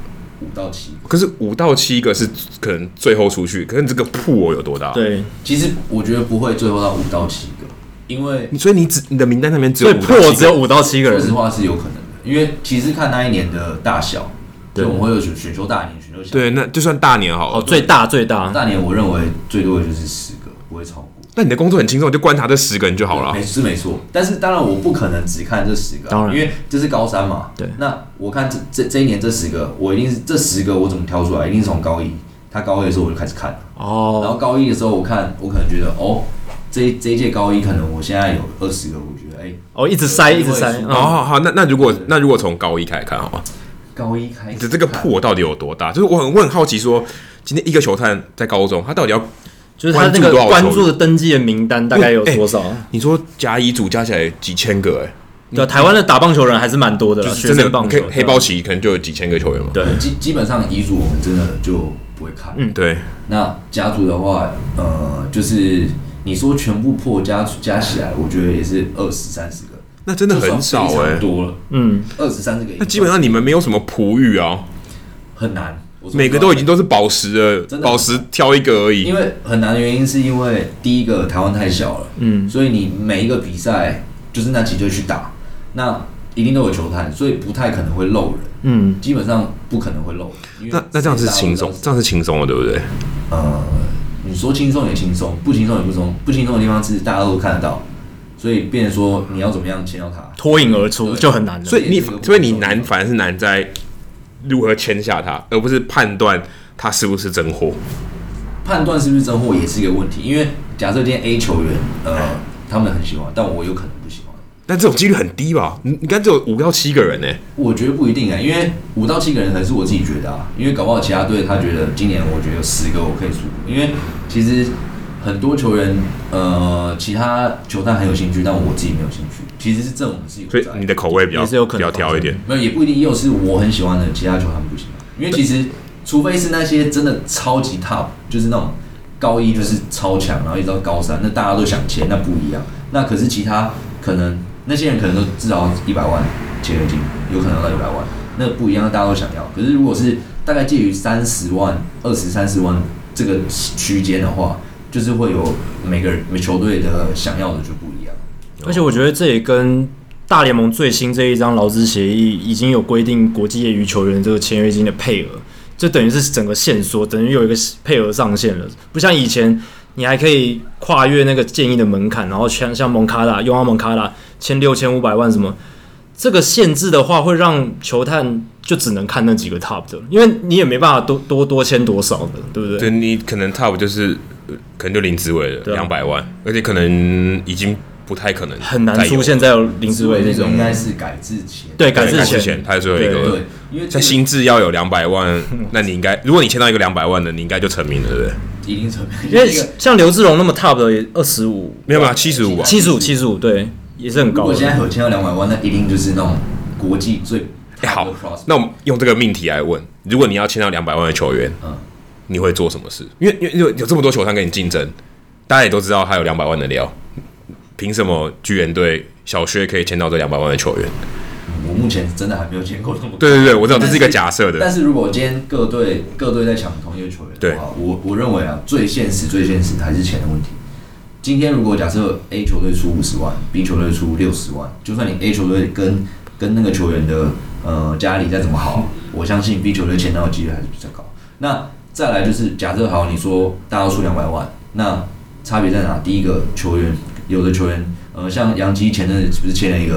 S3: 5到7个。
S1: 可是5到7个是可能最后出去，可是这个破有多大？
S2: 对，
S3: 其实我觉得不会最后到5到7个，因为
S1: 所以你的名单上面只有
S2: 5到7个人，
S3: 说实话是有可能的，因为其实看那一年的大小，所以我们会有选秀大年、选秀小。
S1: 对，那就算大年好了。
S2: 最大
S3: 大年，我认为最多的就是10个，不会超过。
S1: 那你的工作很轻松，就观察这10个人就好了。
S3: 是没错，但是当然我不可能只看这10个，
S2: 当然，
S3: 因为这是高三嘛。
S2: 对，
S3: 那我看这一年这10个，我一定是这10个我怎么挑出来，一定是从高一，他高一的时候我就开始看哦。然后高一的时候我可能觉得这一届高一可能我现在有20个，我觉得
S2: 一直筛。
S1: 好，那如果从高一开始看好吗？
S3: 高一开始，
S1: 这个破到底有多大？就是我很好奇说，今天一个球探在高中，他到底要
S2: 就是他那个关注的登记的名单大概有多少？
S1: 你说甲乙组加起来几千个
S2: 对，台湾的打棒球人还是蛮多的，
S1: 就是真的黑豹旗可能就有几千个球员嘛。
S2: 对，
S3: 基本上乙组我们真的就不会看。
S1: 对。
S3: 那甲组的话，就是你说全部破加起来，我觉得也是20-30个。
S1: 那真的很少
S3: 多了。20-30个。
S1: 那基本上你们没有什么璞玉啊，
S3: 很难。
S1: 每个都已经都是宝石了，宝石挑一个而已。
S3: 因为很难的原因是因为第一个台湾太小了，所以你每一个比赛就是那几队去打，那一定都有球探，所以不太可能会漏人。基本上不可能会漏人。
S1: 那这样是轻松，这样是轻松的，对不对？
S3: 你说轻松也轻松，不轻松也不松。不轻松的地方是大家都看得到，所以变成说你要怎么样签到他，
S2: 脱颖而出就很难了。
S1: 所以你难，反而是难在如何签下他，而不是判断他是不是真货。
S3: 判断是不是真货也是一个问题，因为假设今天 A 球员，他们很喜欢，但我有可能不喜欢。
S1: 但这种几率很低吧？你刚只有5到7个人呢。
S3: 我觉得不一定因为5到7个人可能是我自己觉得因为搞不好其他队他觉得今年我觉得有10个我可以出，因为其实很多球员，其他球探很有兴趣，但我自己没有兴趣。其实是这种是有，
S1: 所以你的口味比较挑一点。
S3: 没有，也不一定，也有是我很喜欢的，其他球探不喜欢。因为其实，除非是那些真的超级 top， 就是那种高一就是超强，然后一直到高3，那大家都想签，那不一样。那可是其他可能那些人可能都至少100万签约金，有可能到100万，那不一样，大家都想要。可是如果是大概介于30万、20-30万这个区间的话，就是会有每球队的想要的就不一样。
S2: 而且我觉得这也跟大联盟最新这一张劳资协议已经有规定国际业余球员这个签约金的配额，就等于是整个限缩，等于有一个配额上限了。不像以前你还可以跨越那个建议的门槛，然后像蒙卡拉、用蒙卡拉签6500万什么，这个限制的话会让球探就只能看那几个 top 的，因为你也没办法多签多少的，对不对？
S1: 对，你可能 top 就是可能就林志伟了200万，而且可能已经不太可能，
S2: 很难出现在有林志伟这种，
S3: 应该是改制前，
S2: 对，改制前
S1: 他是最后一个，
S3: 对，因为
S1: 在新制要有200万，那你应该，如果你签到一个200万的，你应该就成名了，对不对？
S3: 一定成名，
S2: 因为像刘志荣那么 top 的也25，
S1: 没有75吧
S2: ，75，对，也是很高的。
S3: 如果现在有签到200万，那一定就是那种国际最
S1: 好。那我们用这个命题来问：如果你要签到200万的球员，你会做什么事？因为有这么多球探跟你竞争，大家也都知道他有200万的料，凭什么巨人队小薛可以签到这200万的球员？
S3: 我目前真的还没有签过那么多。
S1: 对，我知道这是一个假设的。
S3: 但是如果今天各队在抢同一个球员的话，我认为最现实还是钱的问题。今天如果假设 A 球队出50万 ，B 球队出60万，就算你 A 球队跟那个球员的家里再怎么好，我相信 B 球队签到的几率还是比较高。那再来就是假设好，你说大家都出200万，那差别在哪？第一个球员，有的球员像杨基前阵子不是签了一个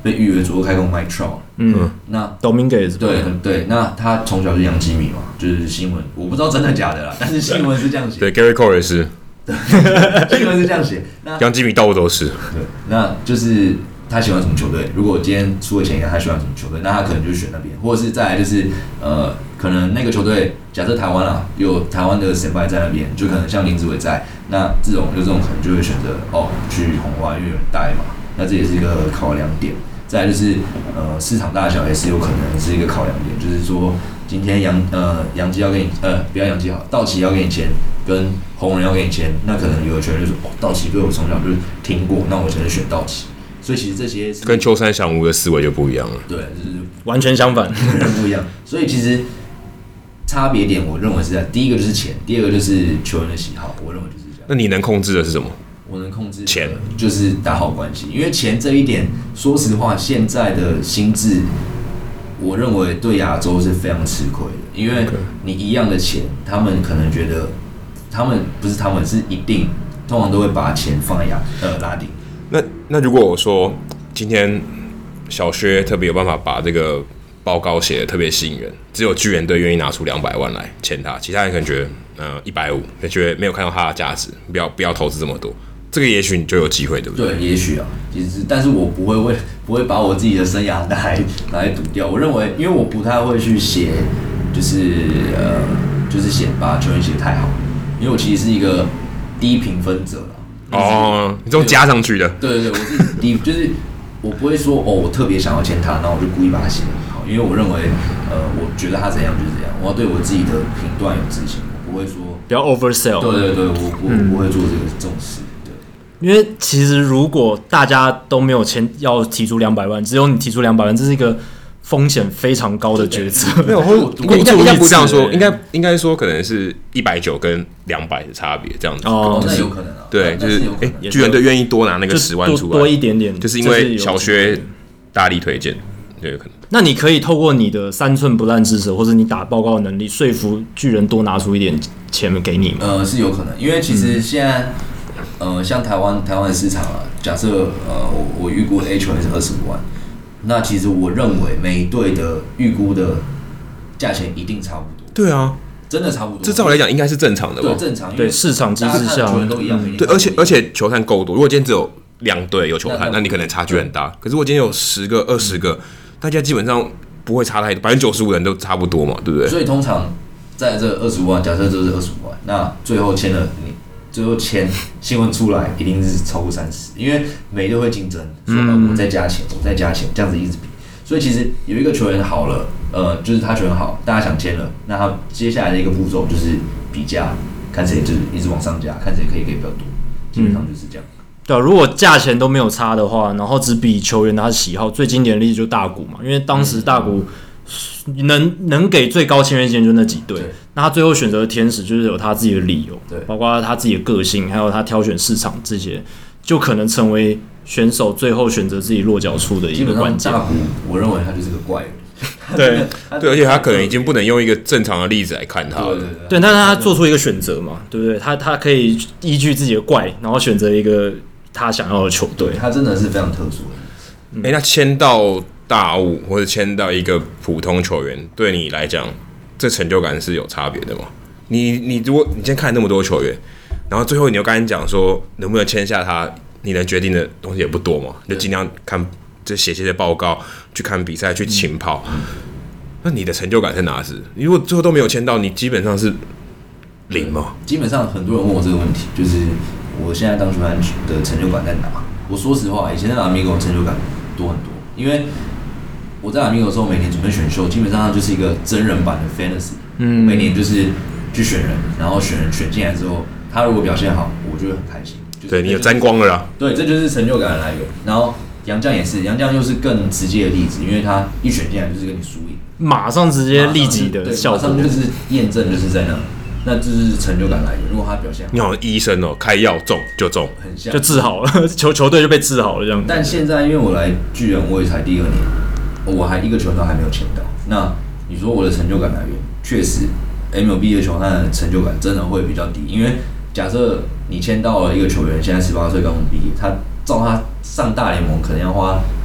S3: 被誉为左右开弓 Mike Trout。那
S2: Dominguez
S3: 对，那他从小是洋基迷嘛，就是新闻我不知道真的假的啦，但是新闻是这样写。
S1: 对 ，Gary Cole 也是。
S3: 对，新闻是这样写。那
S1: 洋基迷到处都是。
S3: 对，那就是他喜欢什么球队？如果今天输了钱，他喜欢什么球队？那他可能就选那边，或者是再来就是可能那个球队，假设台湾啦，有台湾的先辈在那边，就可能像林子伟在，那这种可能就会选择去红袜，因为有人带嘛，那这也是一个考量点。再来就是市场大小也是有可能是一个考量点，就是说今天洋基要跟你不要洋基好，道奇要跟你签，跟红人要跟你签，那可能有的球员就说道奇队我从小就听过，那我现在选道奇。所以其实这些
S1: 跟秋山翔吾的思维就不一样了，
S3: 对，就是
S2: 完全相反，
S3: 不一样。所以其实差别点，我认为是在第一个就是钱，第二个就是球员的喜好，我认为就是这样。
S1: 那你能控制的是什么？
S3: 我能控制
S1: 钱，
S3: 就是打好关系。因为钱这一点，说实话，现在的心智，我认为对亚洲是非常吃亏的。因为你一样的钱，他们可能觉得，是一定，通常都会把钱放在拉丁。
S1: 那如果我说今天小薛特别有办法把这个报告写得特别吸引人，只有巨人队愿意拿出200万来签他，其他人可能觉得150，也觉得没有看到他的价值，不要投资这么多。这个也许你就有机会，对不对？
S3: 对，也许啊，其实但是我不会把我自己的生涯拿来赌掉。我认为，因为我不太会去写，就是把球员写太好，因为我其实是一个低评分者啦。
S1: 你这种加上去的。
S3: 对，我是低，就是我不会说我特别想要签他，然后我就故意把他写得很好，因为我认为我觉得他怎样就是怎样，我要对我自己的评断有自信，我不会说
S2: 不要 oversell。
S3: 对，我不会做这种事。
S2: 因为其实如果大家都没有签要提出200万，只有你提出200万，这是一个风险非常高的决策。
S1: 没有，应该不这样说，应该说可能是190跟200的差别这样子。
S3: 那有可能啊。
S1: 对，就是巨人队愿意多拿那个10万出来，
S2: 多一点点，
S1: 就是因为小薛大力推荐，就有可能。
S2: 那你可以透过你的3寸不烂之舌，或者你打报告的能力，说服巨人多拿出一点钱给你吗？
S3: 是有可能，因为其实现在。像台湾的市场啊，假设我预估 A 球员是25万，那其实我认为每一队的预估的价钱一定差不多。
S1: 对啊，
S3: 真的差不多。
S1: 这照理来讲应该是正常的吧？
S3: 对，正常。
S2: 对市场机制下，
S3: 球员都一样。
S1: 对，而且球探够多。如果今天只有2队有球探，那你可能差距很大。可是我今天有10个、20个，大家基本上不会差太多，95%人都差不多嘛，对不对？
S3: 所以通常在这25万，假设这是25万，那最后签新闻出来一定是超过30，因为每队会竞争，说我再加钱，这样子一直比。所以其实有一个球员好了，就是他球员好，大家想签了，那他接下来的一个步骤就是比价，看谁就是一直往上加，看谁可以给比较多，基本上就是这样。
S2: 对啊，如果价钱都没有差的话，然后只比球员他的喜好，最经典的例子就大谷嘛，因为当时大谷能给最高签约金就那几队，那他最后选择天使就是有他自己的理由，
S3: 对，
S2: 包括他自己的个性，还有他挑选市场这些，就可能成为选手最后选择自己落脚处的一个关键。
S3: 大谷，我认为他就是个怪人。
S2: 对，
S1: 而且他可能已经不能用一个正常的例子来看他了。
S2: 对，但是他做出一个选择嘛，对不对？他可以依据自己的怪，然后选择一个他想要的球队。
S3: 他真的是非常特殊的。
S1: 那签到大物或者签到一个普通球员，对你来讲，这成就感是有差别的吗？如果你今天看那么多球员，然后最后你又跟人讲说能不能签下他，你能决定的东西也不多嘛，就尽量看，就写些报告，去看比赛，去勤跑。那你的成就感在哪是？如果最后都没有签到，你基本上是0嘛？
S3: 基本上很多人问我这个问题，就是我现在当球员的成就感在哪？我说实话，以前在拉米狗成就感多很多，因为我在拉米狗的时候，每年准备选秀，基本上它就是一个真人版的 fantasy。每年就是去选人，然后选进来之后，他如果表现好，我就会很开心。
S1: 对，你有沾光了啦。
S3: 对，这就是成就感的来源。然后洋将也是，洋将又是更直接的例子，因为他一选进来就是跟你输赢，
S2: 马上直接立即的效果，
S3: 马上就是验证就是在那，那这是成就感来源。如果他表现好，
S1: 你好像医生哦，开药中就中，
S3: 很像
S2: 就治好了，球队就被治好了这样。
S3: 但现在因为我来巨人，我也才第2年，我还一个球员都还没有签到。那你说我的成就感来源，确实 MLB 的球探的成就感真的会比较低，因为假设你签到了一个球员，现在18岁刚毕业，他照他上大联盟可能要花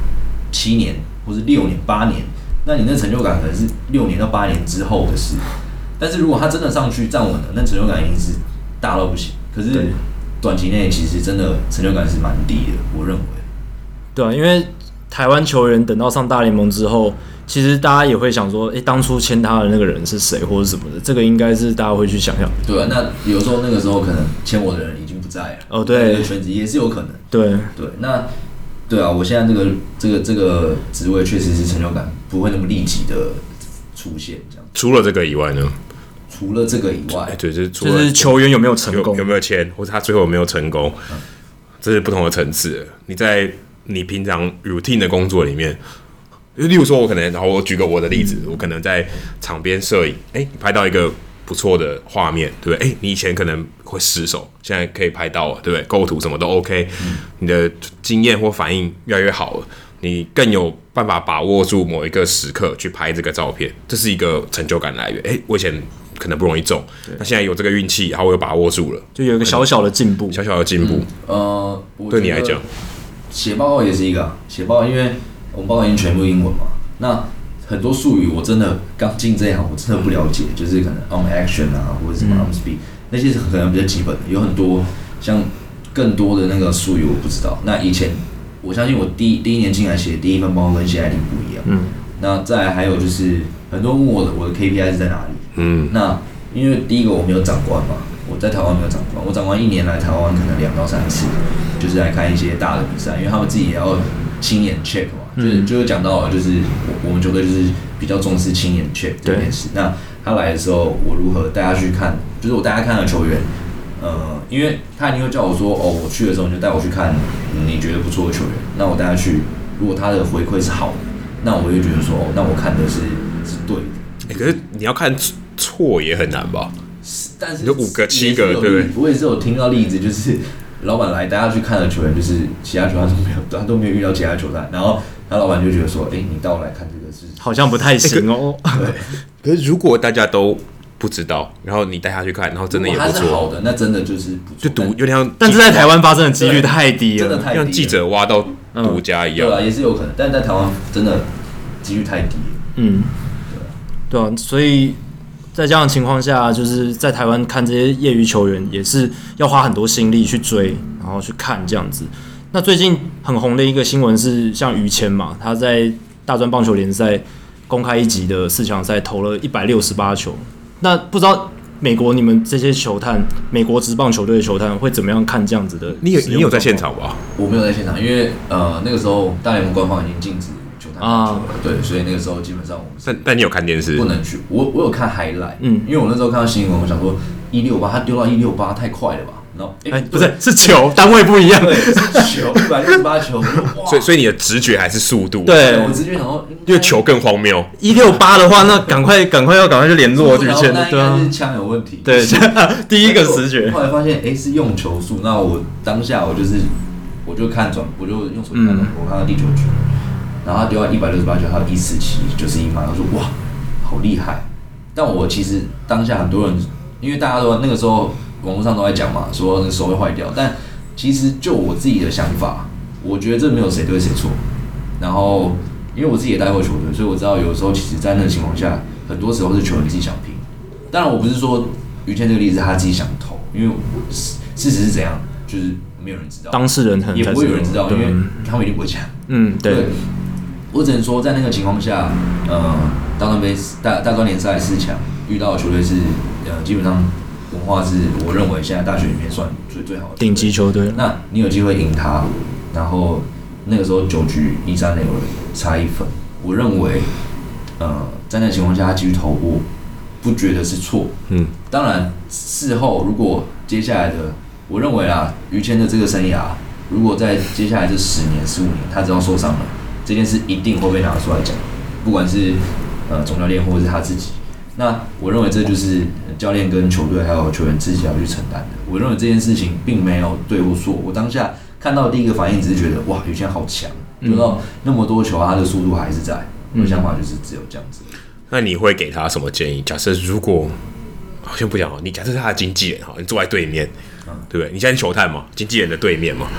S3: 7年或是6年、8年，那你那成就感可能是6年到8年之后的事。但是如果他真的上去站稳了，那成就感一定是大到不行。可是短期内其实真的成就感是蛮低的，我认为。
S2: 对啊，因为台湾球员等到上大联盟之后，其实大家也会想说，当初签他的那个人是谁或者什么的，这个应该是大家会去想象。
S3: 对啊，那有时候那个时候可能签我的人已经不在了。
S2: 哦，对，
S3: 这个圈子也是有可能。
S2: 对，
S3: 那对啊，我现在这个职位确实是成就感不会那么立即的出现这样。
S1: 除了这个以外呢？
S3: 除了这个以外，
S1: 对，
S2: 就是球员有没有成功，
S1: 有没有签，或者他最后有没有成功，这是不同的层次。你平常 routine 的工作里面，例如说，然后我举个我的例子，我可能在场边摄影，你拍到一个不错的画面，对不对？你以前可能会失手，现在可以拍到了，对不对？构图什么都 OK，你的经验或反应越来越好了，你更有办法把握住某一个时刻去拍这个照片，这是一个成就感来源。我以前可能不容易中，那现在有这个运气，然后我又把握住了，
S2: 就有一个小小的进步，
S1: 对你来讲，
S3: 写报告也是一个写报告，因为我们报告已经全部英文嘛，那很多术语我真的刚进这一行，我真的不了解，就是可能 on action 啊，或者什么 on speed，那些是可能比较基本的，有很多像更多的那个术语我不知道。那以前我相信我第一年进来写第一份报告跟现在一定不一样。那再来还有就是很多人问我的 KPI 是在哪里？那因为第一个我没有长官嘛，我在台湾没有长官，我长官1年来台湾可能2到3次，就是来看一些大的比赛，因为他们自己也要亲眼 check 嘛，就是讲到了，就是我们球队就是比较重视亲眼 check 这件事。那他来的时候，我如何带他去看，就是我带他看的球员，因为他一定会叫我说，我去的时候你就带我去看你觉得不错的球员，那我带他去，如果他的回馈是好的，那我就觉得说，那我看的是对的。
S1: 可是你要看错也很难吧？
S3: 但是
S1: 有5个7个，对不对？
S3: 我也是有听到例子，就是老板来带他去看的球员，就是其他球员他都没有遇到其他球员，然后他老板就觉得说，你带我来看这个是
S2: 好像不太行哦。
S3: 对，
S1: 可是如果大家都不知道，然后你带他去看，然后真的也不错，
S3: 他是好的，那真的就是不错，
S1: 就赌有点像，
S2: 但是在台湾发生的几率太低了，
S3: 真的太低了，
S1: 像记者挖到独家一样。
S3: 对啊，也是有可能，但是在台湾真的几率太低了。
S2: 对啊，所以在这样的情况下，就是在台湾看这些业余球员，也是要花很多心力去追，然后去看这样子。那最近很红的一个新闻是，像于谦嘛，他在大专棒球联赛公开1级的4强赛投了168球。那不知道美国你们这些球探，美国职棒球队的球探会怎么样看这样子的？你
S1: 有在现场吧？
S3: 我没有在现场，因为那个时候大联盟官方已经禁止球探打球了，对，所以那个时候基本上我们
S1: 但你有看电视？
S3: 不能去。我有看 highlight，因为我那时候看到新闻，我想说168，他丢到168太快了吧？然后
S2: 不是球单位不一样，
S3: 对，是球168球，
S1: 所以你的直觉还是速度？
S2: 对，
S3: 我直觉想说，
S1: 因为球更荒谬。
S2: 168的话，那赶快去联络于谦，
S3: 对啊，是枪有问题。
S2: 对，第一个直觉。
S3: 后来发现，是用球数。那我当下我就看我就用手机看转，我看到第9局，然后他丢到168球，还有147，就是1码，我说哇，好厉害！但我其实当下很多人，因为大家都那个时候网络上都在讲嘛，说那手会坏掉。但其实就我自己的想法，我觉得这没有谁对谁错。然后因为我自己也带过球队，所以我知道有时候其实，在那个情况下，很多时候是球员自己想拼。当然，我不是说于谦这个例子他自己想投，因为事实是怎样，就是没有人知道，
S2: 当事人
S3: 也不会有人知道，因为他们一定不会讲。
S2: 对。
S3: 我只能说，在那个情况下，大专杯大专联赛4强遇到的球队是，基本上文化是我认为现在大学里面算最好的
S2: 顶级球队。
S3: 那你有机会赢他，然后那个时候9局1-3垒差1分，我认为，在那个情况下他继续投，我不觉得是错。当然事后如果接下来的，我认为啦，于谦的这个生涯，如果在接下来这10年、15年，他只要受伤了，这件事一定会被拿出来讲，不管是总教练或者是他自己。那我认为这就是教练跟球队还有球员自己要去承担的。我认为这件事情并没有对或错。我当下看到第一个反应只是觉得哇，于谦好强，丢到那么多球，他的速度还是在。我的想法就是只有这样子。
S1: 那你会给他什么建议？假设如果先不讲，你假设是他的经纪人，你坐在对面，对不对？你现在是球探嘛，经纪人的对面嘛。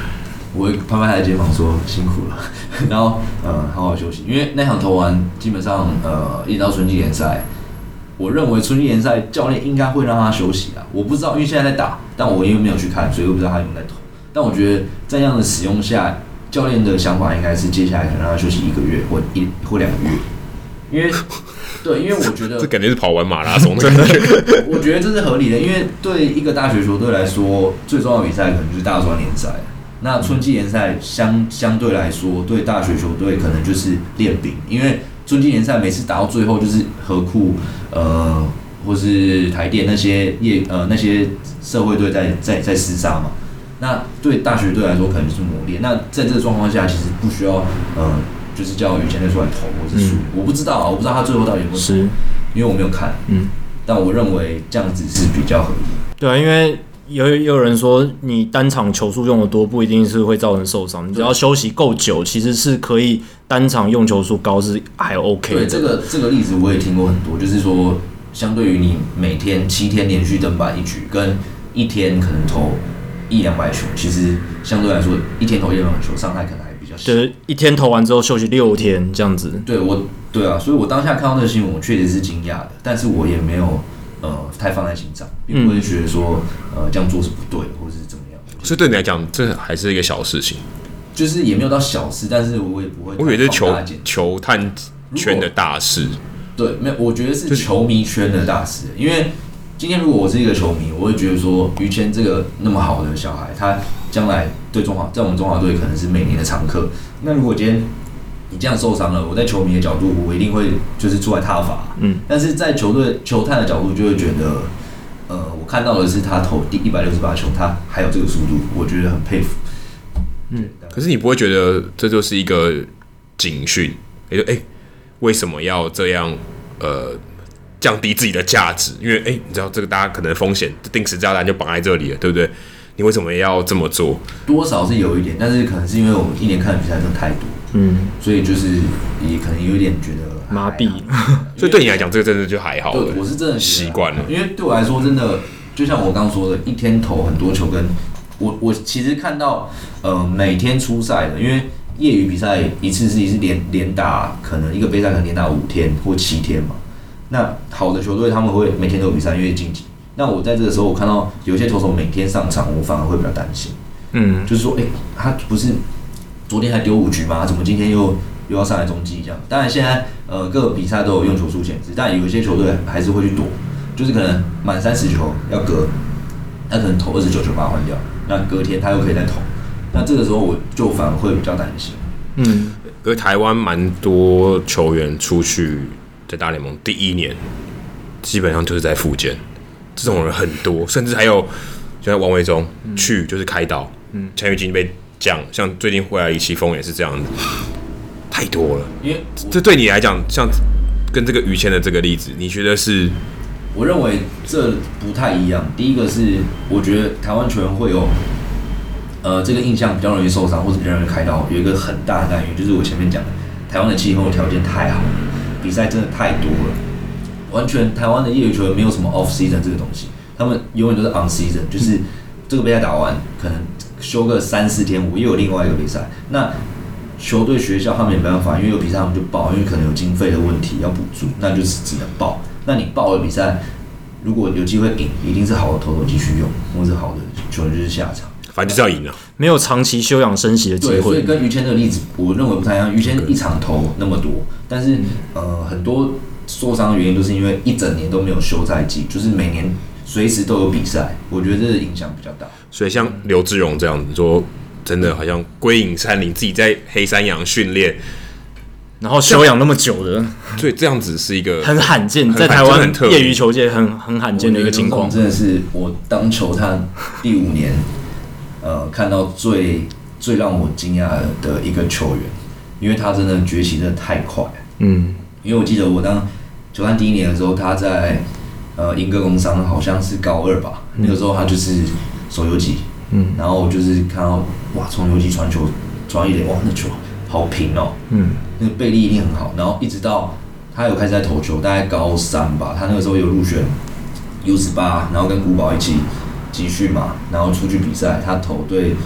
S3: 我会拍拍他的肩膀说辛苦了，然后好好休息，因为那场投完基本上一直到春季联赛，我认为春季联赛教练应该会让他休息啊，我不知道，因为现在在打，但我因为没有去看，所以我不知道他有没有在投。但我觉得在这样的使用下，教练的想法应该是接下来可能让他休息1个月或2个月，因为对，因为我觉得
S1: 这感觉是跑完马拉松的感觉。
S3: 我觉得这是合理的，因为对一个大学球队来说，最重要的比赛可能就是大专联赛。那春季联赛相对来说，对大学球队可能就是练兵，因为春季联赛每次打到最后就是河库或是台电那些那些社会队在厮杀嘛。那对大学队来说可能就是磨练。那在这个状况下，其实不需要就是叫羽前队出来投或者输，我不知道啊，我不知道他最后到底有没有投，因为我没有看。但我认为这样子是比较合理。
S2: 对啊，因为也有人说，你单场球数用的多，不一定是会造成受伤。你只要休息够久，其实是可以单场用球数高是还 OK 的。
S3: 对，这个例子我也听过很多，就是说，相对于你每天7天连续登板1局，跟1天可能投100-200球，其实相对来说，1天投100球伤害可能还比较小。
S2: 就是1天投完之后休息6天这样子。
S3: 对啊，所以我当下看到这个新闻，我确实是惊讶的，但是我也没有太放在心上，并不会觉得说这样做是不对的，或者是怎么样。
S1: 所以对你来讲，这还是一个小事情，
S3: 就是也没有到小事，但是我也不会。
S1: 我以为是球探圈的大事。
S3: 对，没有，我觉得是球迷圈的大事，因为今天如果我是一个球迷，我会觉得说，于谦这个那么好的小孩，他将来在我们中华队可能是每年的常客。那如果今天你这样受伤了，我在球迷的角度，我一定会就是出来挞伐。但是在球探的角度，就会觉得，我看到的是他投第168球，他还有这个速度，我觉得很佩服。
S1: 可是你不会觉得这就是一个警讯？为什么要这样？降低自己的价值？因为你知道这个大家可能风险定时炸弹就绑在这里了，对不对？你为什么要这么做？
S3: 多少是有一点，但是可能是因为我们1年看的比赛真的太多，所以就是也可能有一点觉得
S2: 麻痹。
S1: 所以对你来讲，这个真的就还好。
S3: 对，我是真的
S1: 习惯了，
S3: 因为对我来说，真的就像我刚刚说的，一天投很多球，跟我其实看到每天出赛的，因为业余比赛一次是连打，可能一个杯赛可能连打5天或7天嘛。那好的球队他们会每天都有比赛，因为晋级。那我在这个时候，我看到有些投手每天上场，我反而会比较担心。就是说，他不是昨天还丢5局吗？怎么今天又要上来中继这样？当然现在各个比赛都有用球数限制，但有一些球队还是会去躲，就是可能满30球要隔，他可能投29球把它换掉，那隔天他又可以再投。那这个时候我就反而会比较担心。
S1: 而台湾蛮多球员出去在大联盟第1年，基本上就是在复健，这种人很多，甚至还有就像王维忠去就是开刀，签约金被降，像最近回来李奇峰也是这样子，太多了。因为这对你来讲，像跟这个于谦的这个例子，你觉得是？
S3: 我认为这不太一样。第一个是，我觉得台湾球员会有这个印象比较容易受伤，或者比较容易开刀，有一个很大的原因就是我前面讲的，台湾的气候条件太好了，比赛真的太多了。完全台湾的业余球员没有什么 off season 这个东西，他们永远都是 on season， 就是这个比赛打完，可能休个3-4天，我又有另外一个比赛。那球队学校他们也没办法，因为有比赛他们就报，因为可能有经费的问题要补助，那就是只能报。那你报了比赛，如果有机会赢，一定是好的投手继续用，或是好的球员就是下场。
S1: 反正就是要赢啊，
S2: 没有长期休养生息的机会。
S3: 对，所以跟于谦的例子，我认为不太一样。于谦一场投那么多，但是很多受伤的原因都是因为一整年都没有休赛季，就是每年随时都有比赛，我觉得这个影响比较大。
S1: 所以像刘志荣这样子说，真的好像归隐山林，自己在黑山羊训练，
S2: 然后休养那么久的，
S1: 所以这样子是一个
S2: 很罕见，在台湾业余球界很罕见的一个情况。
S3: 真的是我当球探第5年，看到最让我惊讶的一个球员，因为他真的崛起真的太快了。因为我记得我当球探第1年的时候，他在英歌工商好像是高2吧，那个时候他就是守游击，然后我就是看到哇，从游击传球传一垒，哇，那球好平哦，那个背力一定很好，然后一直到他有开始在投球，大概高3吧，他那个时候有入选 U18，然后跟古堡一起集训嘛，然后出去比赛，他投对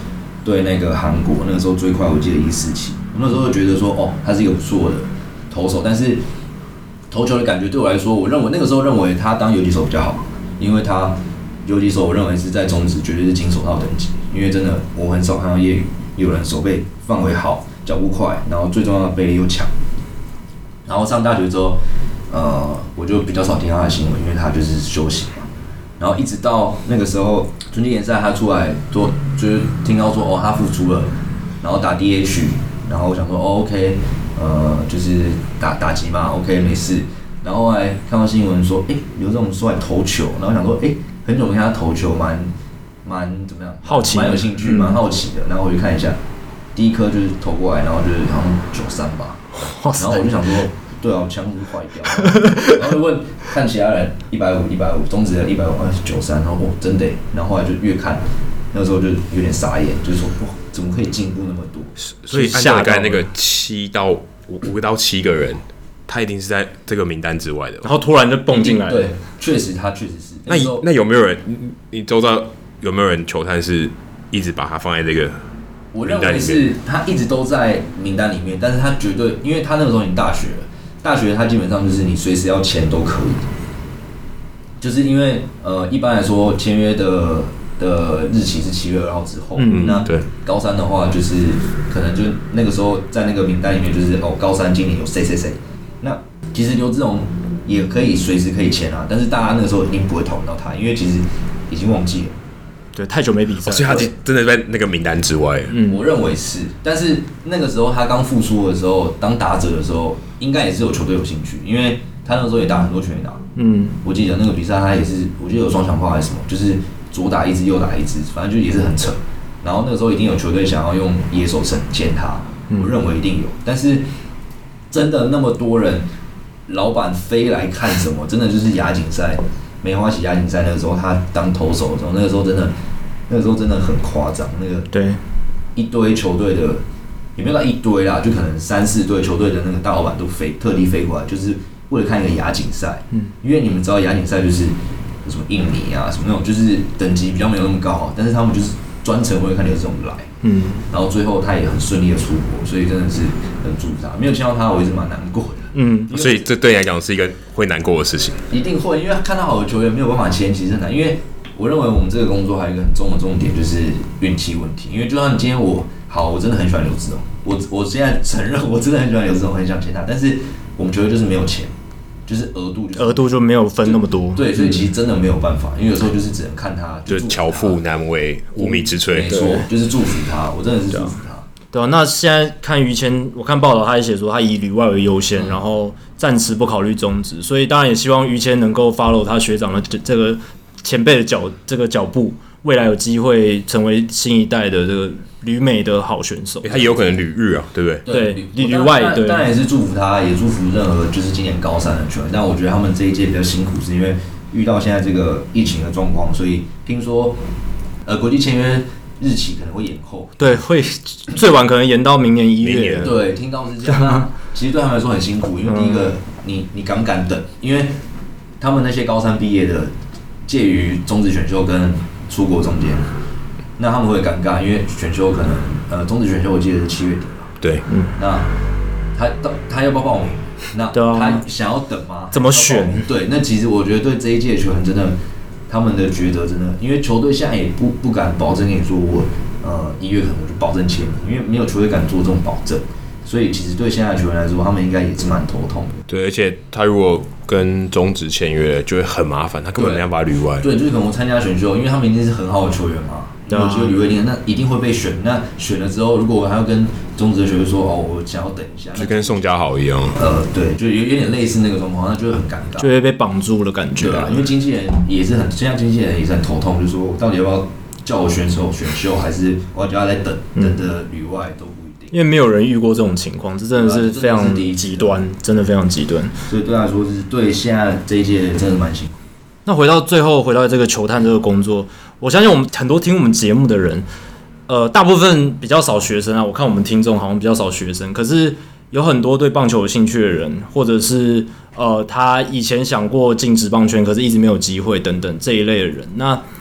S3: 对那个韩国，那个时候最快我记得147，我那时候就觉得说他是一个不错的投手，但是投球的感觉对我来说，那个时候认为他当游击手比较好，因为他游击手我认为是在中职绝对是金手套等级，因为真的我很少看到业余有人手背范围好，脚步快，然后最重要的背力又强。然后上大学之后，我就比较少听他的新闻，因为他就是休息嘛。然后一直到那个时候春季联赛他出来就是听到说他复出了，然后打 DH， 然后我想说OK，就是打击嘛 ，OK 没事。然后后来看到新闻说，有这种出来投球，然后想说，很久没看他投球，蛮怎么样？
S2: 好奇，
S3: 蛮有兴趣，蛮好奇的。然后我就看一下，第一颗就是投过来，然后就是好像93吧。然后我就想说，对啊，我枪是坏掉。然后就问看其他人150，中职的150，93，然后真的。然后后来就越看，那个时候就有点傻眼，就是说哇，怎么可以进步那么多？
S1: 所以按照刚才那个5到7个人。他一定是在这个名单之外的，
S2: 然后突然就蹦进来了。
S3: 对，确实他确实是。
S1: 那有没有人？你周遭有没有人球探是一直把他放在这个
S3: 我认为是他一直都在名单里面，但是他绝对，因为他那个时候已经大学了，大学他基本上就是你随时要签都可以，就是因为一般来说签约的日期是7月2号之后，那高三的话就是可能就那个时候在那个名单里面就是高三今年有谁，那其实刘志荣也可以随时可以签啊，但是大家那个时候一定不会讨论到他，因为其实已经忘记了。
S2: 对，太久没比赛，
S1: 所以他真的在那个名单之外。
S3: 我认为是，但是那个时候他刚复出的时候，当打者的时候，应该也是有球队有兴趣，因为他那个时候也打很多全垒打。我记得那个比赛他也是，我记得有双响炮还是什么，就是左打一支右打一支，反正就也是很扯。然后那个时候一定有球队想要用野手签他，我认为一定有，但是真的那么多人，老板飞来看什么？真的就是亚锦赛。梅花旗亚锦赛那个时候，他当投手的时候，那个时候真的很夸张。那个
S2: 对
S3: 一堆球队的，也没有到一堆啦，就可能3-4队球队的那个大老板都特地飞过来，就是为了看一个亚锦赛。因为你们知道亚锦赛就是有什么印尼啊，什么那种就是等级比较没有那么高，但是他们就是专程为了看你有这种来。然后最后他也很顺利的出国，所以真的是很祝福他。没有签到他，我一直蛮难过的。
S1: 所以这对你来讲是一个会难过的事情。
S3: 一定会，因为看到好的球员没有办法签，其实很难。因为我认为我们这个工作还有一个很重的重点就是运气问题。因为就算今天我真的很喜欢刘志荣，我现在承认我真的很喜欢刘志荣，很想签他，但是我们球队就是没有钱，就是额度
S2: 就没有分那么多。
S3: 对，所以其实真的没有办法，因为有时候就是只能看他，
S1: 就是巧妇难为无米之炊。
S3: 没错，就是祝福他，我真的是祝福他。
S2: 对啊，那现在看于谦，我看报道他也写说他以旅外为优先，然后暂时不考虑中职，所以当然也希望于谦能够 follow 他学长的这个前辈的脚步，未来有机会成为新一代的这个旅美的好选手。
S1: 他也有可能旅日啊，对不对？
S2: 对，旅外对，
S3: 当然也是祝福他，也祝福任何就是今年高三的球员。但我觉得他们这一届比较辛苦，是因为遇到现在这个疫情的状况，所以听说国际签约日期可能会延后，
S2: 对，会最晚可能延到明年1月。
S3: 对，听到是这样。那其实对他们来说很辛苦，因为第一个，你敢不敢等？因为他们那些高三毕业的，介于中职选秀跟出国中间，那他们会尴尬，因为选秀可能中职选秀我记得是7月底嘛。
S1: 对，
S3: 那他要不要报名？那他想要等吗？
S2: 怎么选？
S3: 对，那其实我觉得对这一届球员真的。他们的抉择真的，因为球队现在也不敢保证跟你说我1月可能就保证签你，因为没有球队敢做这种保证，所以其实对现在的球员来说，他们应该也是蛮头痛的。
S1: 对，而且他如果跟中职签约，就会很麻烦，他根本没办法旅外。
S3: 对，就是可能参加选秀，因为他们一定是很好的球员嘛，有机会旅外定，那一定会被选。那选了之后，如果我还要跟中职的球队说我想要等一下，
S1: 就跟宋家豪一样。
S3: 对，就有点类似那个状况，那就会很尴尬，
S2: 就会被绑住的感觉。
S3: 对啊，因为经纪人也是现在经纪人也是很头痛，就是说我到底要不要叫我选秀，还是我要叫他在等着旅外都不一定。
S2: 因为没有人遇过这种情况，这真的是非常极端，真的非常极端。
S3: 所以对他来说，是对现在这一届真的蛮辛苦。
S2: 那回到这个球探这个工作，我相信我们很多听我们节目的人，大部分比较少学生啊。我看我们听众好像比较少学生，可是有很多对棒球有兴趣的人，或者是他以前想过进职棒圈，可是一直没有机会等等这一类的人。那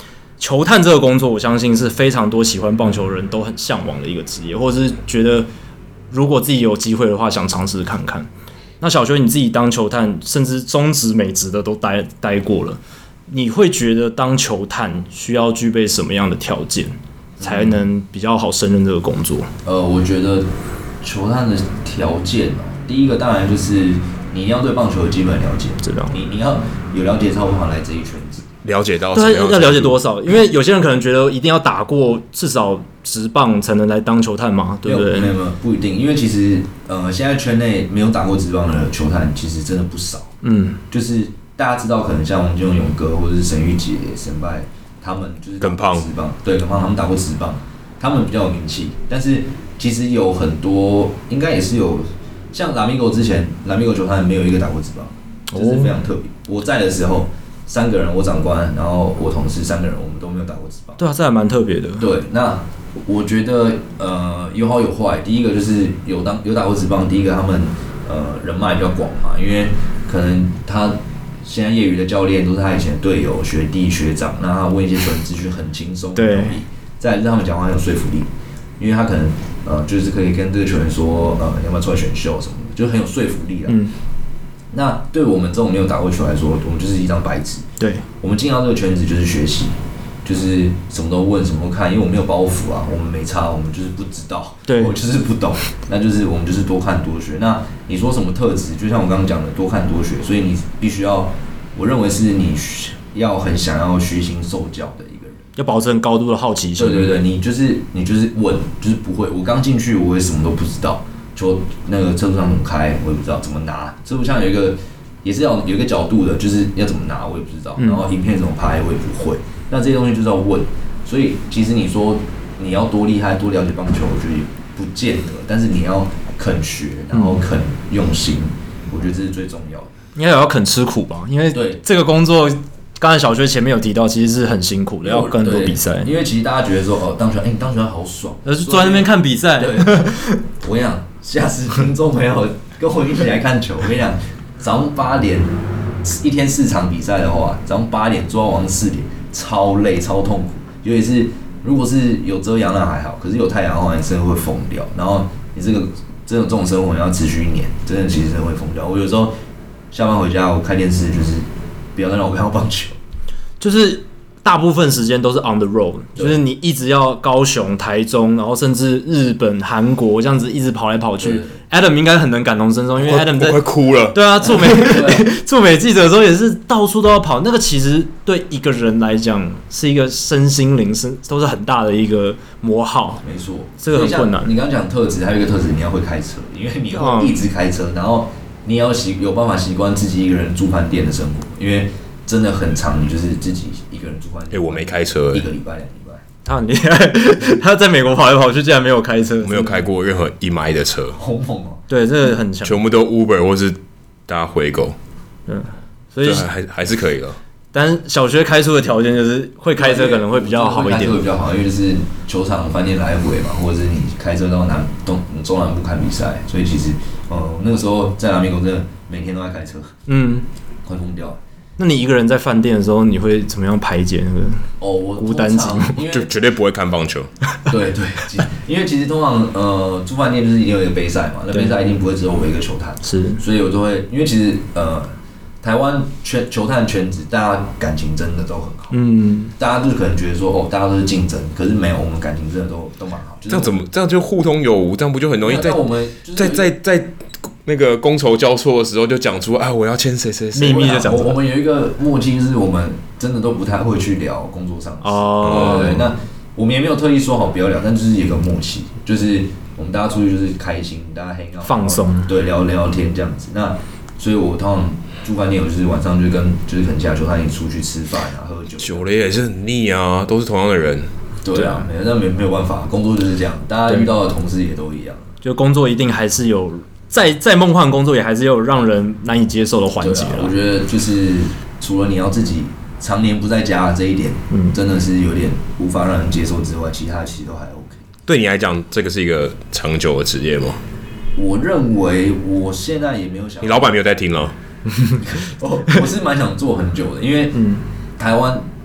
S2: 球探这个工作，我相信是非常多喜欢棒球的人都很向往的一个职业，或者是觉得如果自己有机会的话，想尝试看看。那小学你自己当球探，甚至中职、美职的都待过了，你会觉得当球探需要具备什么样的条件，才能比较好胜任这个工作？
S3: 我觉得球探的条件第一个当然就是你要对棒球有基本了解，你要有了解超不好来这一圈子。
S1: 了解到
S2: 对，要了解多少？因为有些人可能觉得一定要打过至少职棒才能来当球探嘛，对不对？
S3: 没有不一定，因为其实现在圈内没有打过职棒的球探其实真的不少。就是大家知道，可能像王金勇勇哥或者是沈玉杰、沈拜，他们就是
S1: 耿胖，
S3: 对耿胖他们打过职棒，他们比较有名气。但是其实有很多，应该也是有像拉米狗之前，拉米狗球探没有一个打过职棒，这是非常特别。我在的时候。3个人，我长官，然后我同事3个人，我们都没有打过职棒。
S2: 对啊，这还蛮特别的。
S3: 对，那我觉得有好有坏。第一个就是有打过职棒，第一个他们人脉比较广嘛，因为可能他现在业余的教练都是他以前的队友、学弟、学长，那他问一些球员资讯很轻松、很容易。再来就是他们讲话很有说服力，因为他可能就是可以跟这个球员说要不要出来选秀什么的，就很有说服力啦。那对我们这种没有打过球来说，我们就是一张白纸。
S2: 对，
S3: 我们进到这个圈子就是学习，就是什么都问，什么都看，因为我们没有包袱啊，我们没差，我们就是不知道，我就是不懂，那就是我们就是多看多学。那你说什么特质？就像我刚刚讲的，多看多学，所以你必须要，我认为是你要很想要虚心受教的一个人，
S2: 要保证高度的好奇心。
S3: 对，你就是问，就是不会。我刚进去，我也什么都不知道。就那个车速箱怎么开，我也不知道怎么拿。车速箱有一个也是要有一个角度的，就是要怎么拿，我也不知道。然后影片怎么拍，我也不会。那这些东西就是要问。所以其实你说你要多厉害、多了解棒球，我觉得也不见得。但是你要肯学，然后肯用心，我觉得这是最重要的。
S2: 应该也要肯吃苦吧，因为这个工作。刚才小薛前面有提到，其实是很辛苦的，要跟很多比赛。
S3: 因为其实大家觉得说，当球员，你当球员好爽，
S2: 坐在那边看比赛。
S3: 对，我跟你讲，下次听众朋友跟我一起来看球，我跟你讲，早上8点，一天4场比赛的话，早上8点做到晚上4点，超累超痛苦。尤其是如果是有遮阳那还好，可是有太阳的话，你真的会疯掉。然后你这种生活你要持续1年，真的其实真的会疯掉。我有时候下班回家，我开电视就是不要再让我看到棒球。
S2: 就是大部分时间都是 on the road， 就是你一直要高雄、台中，然后甚至日本、韩国这样子一直跑来跑去。Adam 应该很能感同身受，因为 Adam
S1: 快哭了。
S2: 对啊，做美记者的时候也是到处都要跑，那个其实对一个人来讲是一个身心灵都是很大的一个磨耗。
S3: 没错，
S2: 这个很困难。
S3: 你刚刚讲特质，还有一个特质，你要会开车，因为你要一直开车，然后你也要有办法习惯自己一个人住饭店的生活，因为真的很长，你就是自己一个人住饭店。
S1: 我没开车，1
S3: 个礼拜、2礼拜。
S2: 他很厉害，他在美国跑来跑去，竟然没有开车。
S1: 我没有开过任何一迈的车，
S3: 好猛哦！
S2: 对，这个很强，
S1: 全部都 Uber 或是大家回狗。
S2: 所以
S1: 还是可以的。
S2: 但是小学开出的条件就是会开车可能会比较好一点，
S3: 开车会比较好，因为就是球场、饭店来回嘛，或者是你开车到中南部看比赛，所以其实那个时候在拉米狗真的每天都在开车，快疯掉了。
S2: 那你一个人在饭店的时候，你会怎么样排解那个
S3: 我
S2: 孤单期？
S1: 就绝对不会看棒球。
S3: 对，因为其实通常住饭店就是一定有一个杯赛嘛，那杯赛一定不会只有我一个球探，
S2: 是，
S3: 所以我都会，因为其实台湾球探圈子大家感情真的都很好，大家就是可能觉得说大家都是竞争，可是没有，我们感情真的都蛮好。
S1: 这样这样就互通有无，这样不就很容易
S3: 在我们
S1: 在那个觥筹交错的时候就讲出我要签谁谁谁，
S2: 秘密就讲出来。
S3: 我们有一个默契，就是我们真的都不太会去聊工作上的事。对，那我们也没有特意说好不要聊，但就是有一个默契，就是我们大家出去就是开心，大家 hang out
S2: 放松，
S3: 对，聊聊天这样子。那所以我通常住饭店，我就是晚上就跟可能其他球探一起出去吃饭啊，喝酒。
S1: 久了也是很腻啊，都是同样的人。
S3: 对啊，那没有办法，工作就是这样，大家遇到的同事也都一样。
S2: 就工作一定还是有。在梦幻工作也还是有让人难以接受的环节
S3: 我觉得就是除了你要自己常年不在家这一点，真的是有点无法让人接受之外，其他其实都还 OK。
S1: 对你来讲，这个是一个长久的职业吗？
S3: 我认为我现在也没有想。
S1: 你老板没有在听了？
S3: 我是蛮想做很久的，因为台湾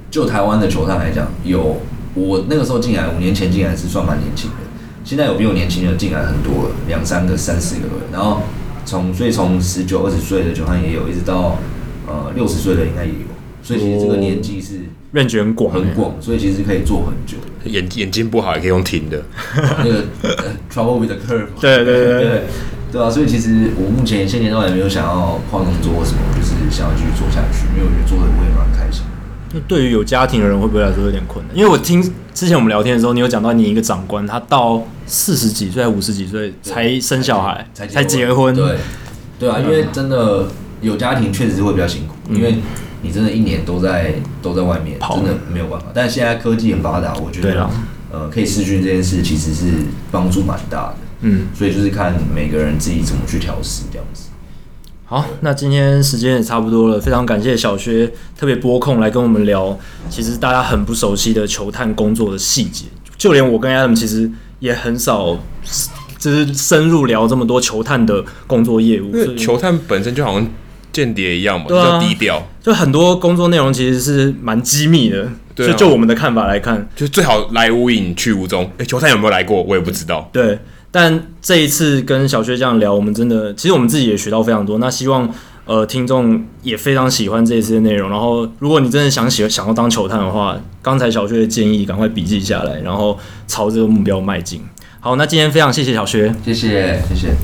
S3: 就台湾的球探来讲，我那个时候进来5年前进来是算蛮年轻的，现在有比我年轻的进来很多了，2、3个、3、4个了。然后所以从19、20岁的球探也有，一直到60岁的应该也有。所以其实这个年纪是
S2: range很广，
S3: 所以其实可以做很久。
S1: 眼睛不好也可以用听的，
S3: 那个trouble with the curve。对啊，所以其实我目前现阶段也没有想要换工作或什么，就是想要继续做下去，因为我觉得做的我也蛮开心。
S2: 那对于有家庭的人会不会来说有点困难？因为我听之前我们聊天的时候，你有讲到你一个长官，他到40几岁、50几岁才生小孩、才结婚。
S3: 对啊，因为真的有家庭确实是会比较辛苦，因为你真的一年都在外面，真的没有办法。但是现在科技很发达，我觉得可以视讯这件事其实是帮助蛮大的。所以就是看每个人自己怎么去调试这样子。
S2: 好，那今天时间也差不多了，非常感谢小薛特别拨空来跟我们聊，其实大家很不熟悉的球探工作的细节，就连我跟 Adam 其实也很少就是深入聊这么多球探的工作业务。
S1: 因为球探本身就好像间谍一样嘛，比较低调，
S2: 就很多工作内容其实是蛮机密的。就我们的看法来看，
S1: 就最好来无影去无踪。球探有没有来过，我也不知道。
S2: 对，但这一次跟小薛这样聊，我们真的，其实我们自己也学到非常多。那希望听众也非常喜欢这一次的内容。然后，如果你真的想要当球探的话，刚才小薛的建议赶快笔记下来，然后朝这个目标迈进。好，那今天非常谢谢小薛，
S3: 谢谢。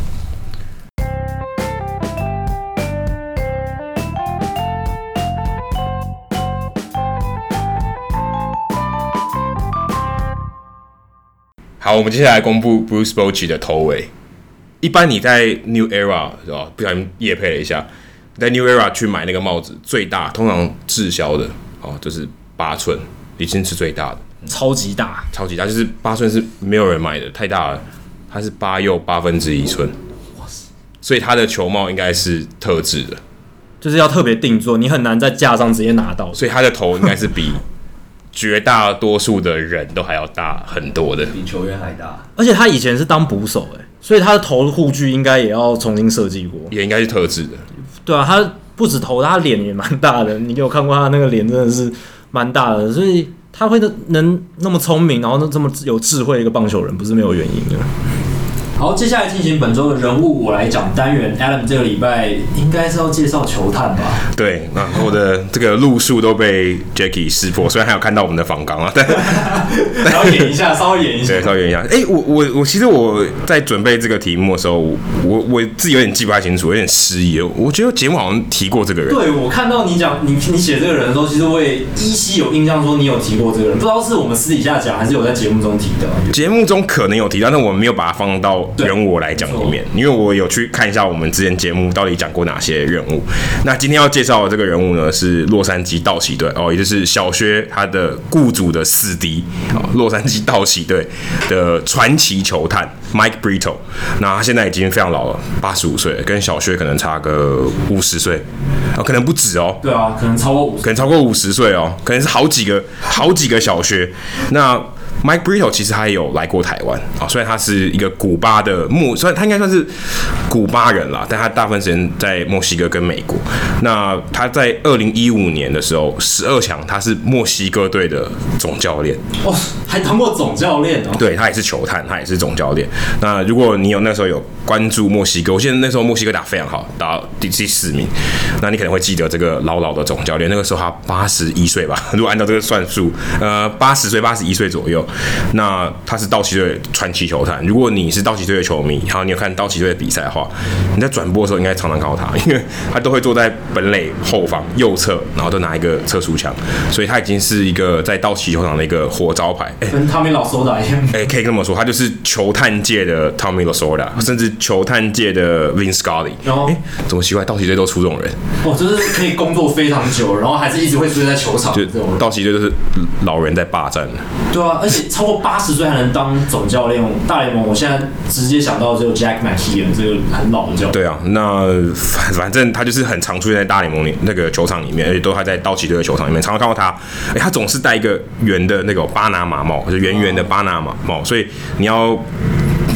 S1: 好，我们接下来公布 Bruce Bochy 的头围。一般你在 New Era 是吧？不小心业配了一下，在 New Era 去买那个帽子，最大通常滞销的就是8寸，已经是最大的，
S2: 超级大，
S1: 就是8寸是没有人买的，太大了，它是8又1/8寸，所以它的球帽应该是特制的，
S2: 就是要特别定做，你很难在架上直接拿到，
S1: 所以它的头应该是比绝大多数的人都还要大很多的，
S3: 比球员还大。
S2: 而且他以前是当捕手所以他的头护具应该也要重新设计过，
S1: 也应该是特制的。
S2: 对啊，他不止头，他脸也蛮大的。你有看过他那个脸真的是蛮大的，所以他会能那么聪明，然后这么有智慧的一个棒球人，不是没有原因的。好，接下来进行本周的人物我来讲单元。Adam 这个礼拜应该是要介绍球探吧？
S1: 对，那我的这个路数都被 Jackie 识破，虽然还有看到我们的访纲啊，但
S2: 稍微演一下。
S1: 对，稍微演一下。我其实我在准备这个题目的时候，我自己有点记不太清楚，有点失忆。我觉得节目好像提过这个人。
S2: 对，我看到你讲你写这个人的时候，其实我也依稀有印象说你有提过这个人，不知道是我们私底下讲，还是有在节目中提到。
S1: 节目中可能有提到，但我们没有把它放到人物来讲里面，因为我有去看一下我们之前节目到底讲过哪些人物。那今天要介绍的这个人物呢，是洛杉矶道奇队也就是小薛他的雇主的死敌洛杉矶道奇队的传奇球探 Mike Brito。那他现在已经非常老了，85岁了，跟小薛可能差个50岁，可能不止哦。
S2: 对啊，可能超过
S1: 50岁哦，可能是好几个小薛。那Mike Brito 其实他也有来过台湾虽然他是一个古巴的虽然他应该算是古巴人啦，但他大部分时间在墨西哥跟美国。那他在2015年的时候，12强他是墨西哥队的总教练
S2: 还当过总教练
S1: 对，他也是球探，他也是总教练。那如果你那时候有关注墨西哥，我记得那时候墨西哥打非常好，打到第4名。那你可能会记得这个老的总教练，那个时候他81岁吧，如果按照这个算数，80岁、81岁左右。那他是道奇队传奇球探。如果你是道奇队的球迷，然后你有看道奇队的比赛的话，你在转播的时候应该常常看到他，因为他都会坐在本垒后方右侧，然后都拿一个测速枪，所以他已经是一个在道奇球场的一个活招牌。
S2: 跟 Tommy Lasorda 一样。
S1: 可以这么说，他就是球探界的 Tommy Lasorda，甚至球探界的 Vin Scully。怎么奇怪，道奇队都出这种人？
S2: 就是可以工作非常久，然后还是一直会出现在球场。就
S1: 道奇队就是老人在霸占。
S2: 对啊，而且超过80岁还能当总教练，大联盟我现在直接想到只有 Jack McKeon 这个很老的教练。
S1: 对啊，那反正他就是很常出现在大联盟那个球场里面，而且都还在道奇队的球场里面，常常看到他。他总是戴一个圆的那个巴拿马帽，就圆圆的巴拿马帽，所以你要